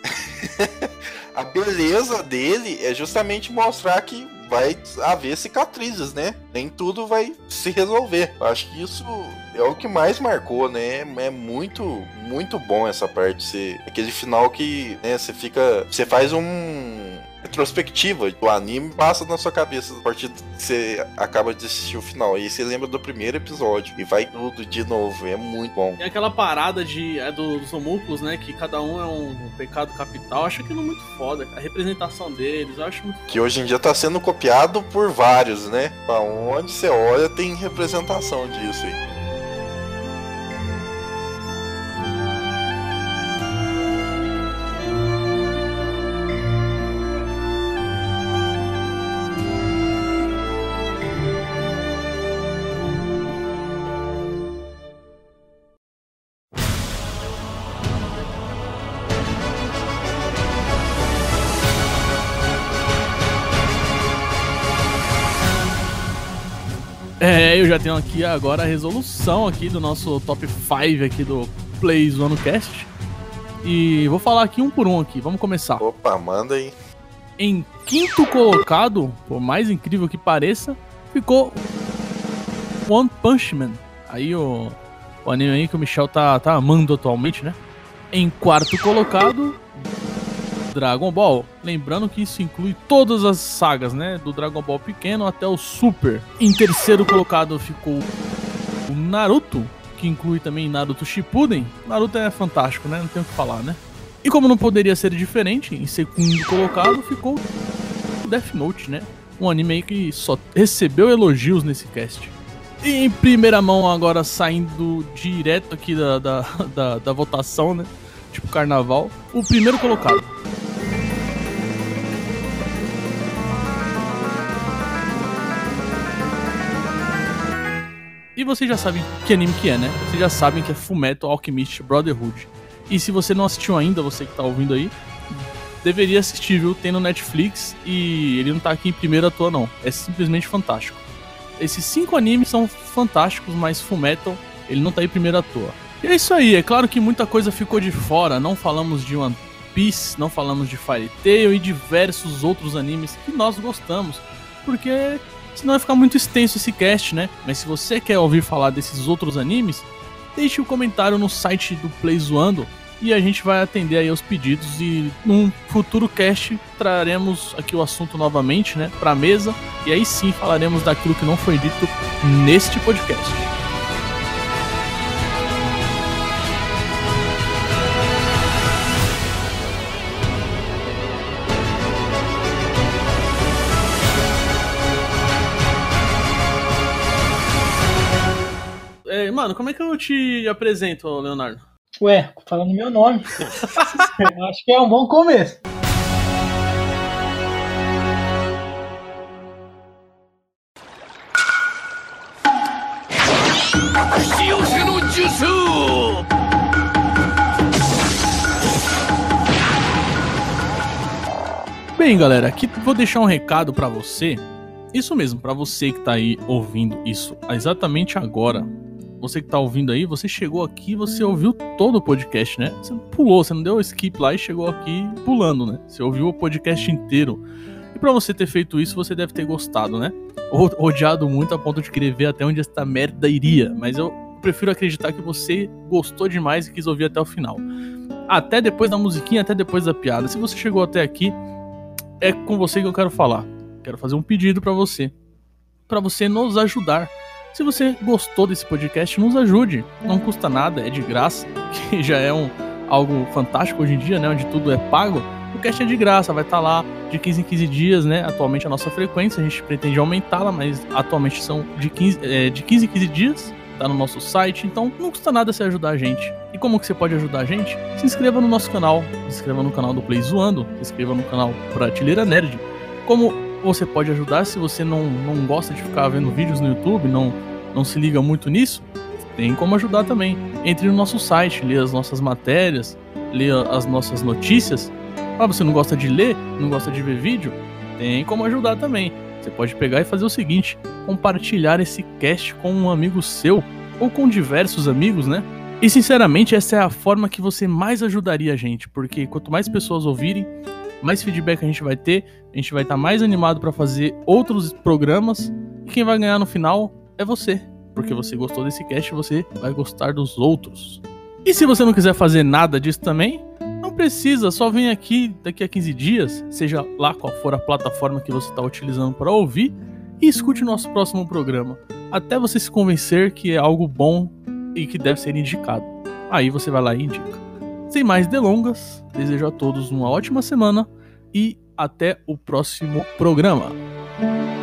A beleza dele é justamente mostrar que vai haver cicatrizes, né? Nem tudo vai se resolver. Eu acho que isso é o que mais marcou, né? É muito, muito bom essa parte. Você, aquele final que, né, você fica... Você faz um... retrospectiva do anime, passa na sua cabeça a partir que você acaba de assistir o final. E você lembra do primeiro episódio e vai tudo de novo. É muito bom. Tem aquela parada de, é dos homúnculos, né? Que cada um é um, um pecado capital. Eu acho aquilo muito foda. A representação deles, eu acho muito foda. Que hoje em dia tá sendo copiado por vários, né? Pra onde você olha tem representação disso aí. É, eu já tenho aqui agora a resolução aqui do nosso top cinco aqui do Play Zono Cast. E vou falar aqui um por um aqui, vamos começar. Opa, manda aí. Em quinto colocado, por mais incrível que pareça, ficou One Punch Man. Aí o, o anime aí que o Michel tá, tá amando atualmente, né? Em quarto colocado, Dragon Ball. Lembrando que isso inclui todas as sagas, né? Do Dragon Ball pequeno até o Super. Em terceiro colocado ficou o Naruto, que inclui também Naruto Shippuden. Naruto é fantástico, né? Não tem o que falar, né? E como não poderia ser diferente, em segundo colocado ficou o Death Note, né? Um anime aí que só recebeu elogios nesse cast. E em primeira mão agora, saindo direto aqui da, da, da, da votação, né? Tipo carnaval. O primeiro colocado vocês já sabem que anime que é, né? Vocês já sabem que é Fullmetal Alchemist Brotherhood. E se você não assistiu ainda, você que tá ouvindo aí, deveria assistir, viu? Tem no Netflix e ele não tá aqui em primeira à toa, não. É simplesmente fantástico. Esses cinco animes são fantásticos, mas Fullmetal, ele não tá aí em primeira à toa. E é isso aí, é claro que muita coisa ficou de fora. Não falamos de One Piece, não falamos de Fairy Tail e diversos outros animes que nós gostamos, porque senão vai ficar muito extenso esse cast, né? Mas se você quer ouvir falar desses outros animes, deixe um comentário no site do Play Zoando e a gente vai atender aí aos pedidos e num futuro cast traremos aqui o assunto novamente, né, pra mesa, e aí sim falaremos daquilo que não foi dito neste podcast. É, mano, como é que eu te apresento, Leonardo? Ué, falando meu nome. Acho que é um bom começo. Bem, galera, aqui vou deixar um recado pra você. Isso mesmo, pra você que tá aí ouvindo isso exatamente agora. Você que tá ouvindo aí, você chegou aqui, você ouviu todo o podcast, né? Você pulou, você não deu skip lá e chegou aqui pulando, né? Você ouviu o podcast inteiro. E pra você ter feito isso, você deve ter gostado, né? Ou odiado muito a ponto de querer ver até onde esta merda iria. Mas eu prefiro acreditar que você gostou demais e quis ouvir até o final. Até depois da musiquinha, até depois da piada. Se você chegou até aqui, é com você que eu quero falar. Quero fazer um pedido pra você. Pra você nos ajudar. Se você gostou desse podcast, nos ajude. Não custa nada, é de graça, que já é um, algo fantástico hoje em dia, né? Onde tudo é pago. O cast é de graça, vai estar lá de quinze em quinze dias, né? Atualmente a nossa frequência, a gente pretende aumentá-la, mas atualmente são de quinze, é, de quinze em quinze dias. Tá no nosso site, então não custa nada você ajudar a gente. E como que você pode ajudar a gente? Se inscreva no nosso canal, se inscreva no canal do Play Zoando, se inscreva no canal Prateleira Nerd. Como você pode ajudar se você não, não gosta de ficar vendo vídeos no YouTube, não, não se liga muito nisso, tem como ajudar também. Entre no nosso site, lê as nossas matérias, lê as nossas notícias. Ah, você não gosta de ler, não gosta de ver vídeo? Tem como ajudar também. Você pode pegar e fazer o seguinte, compartilhar esse cast com um amigo seu, ou com diversos amigos, né? E sinceramente, essa é a forma que você mais ajudaria a gente, porque quanto mais pessoas ouvirem, mais feedback a gente vai ter, a gente vai estar mais animado para fazer outros programas, e quem vai ganhar no final é você, porque você gostou desse cast, você vai gostar dos outros. E se você não quiser fazer nada disso também, não precisa, só vem aqui daqui a quinze dias, seja lá qual for a plataforma que você está utilizando para ouvir, e escute o nosso próximo programa, até você se convencer que é algo bom e que deve ser indicado. Aí você vai lá e indica. Sem mais delongas, desejo a todos uma ótima semana e até o próximo programa.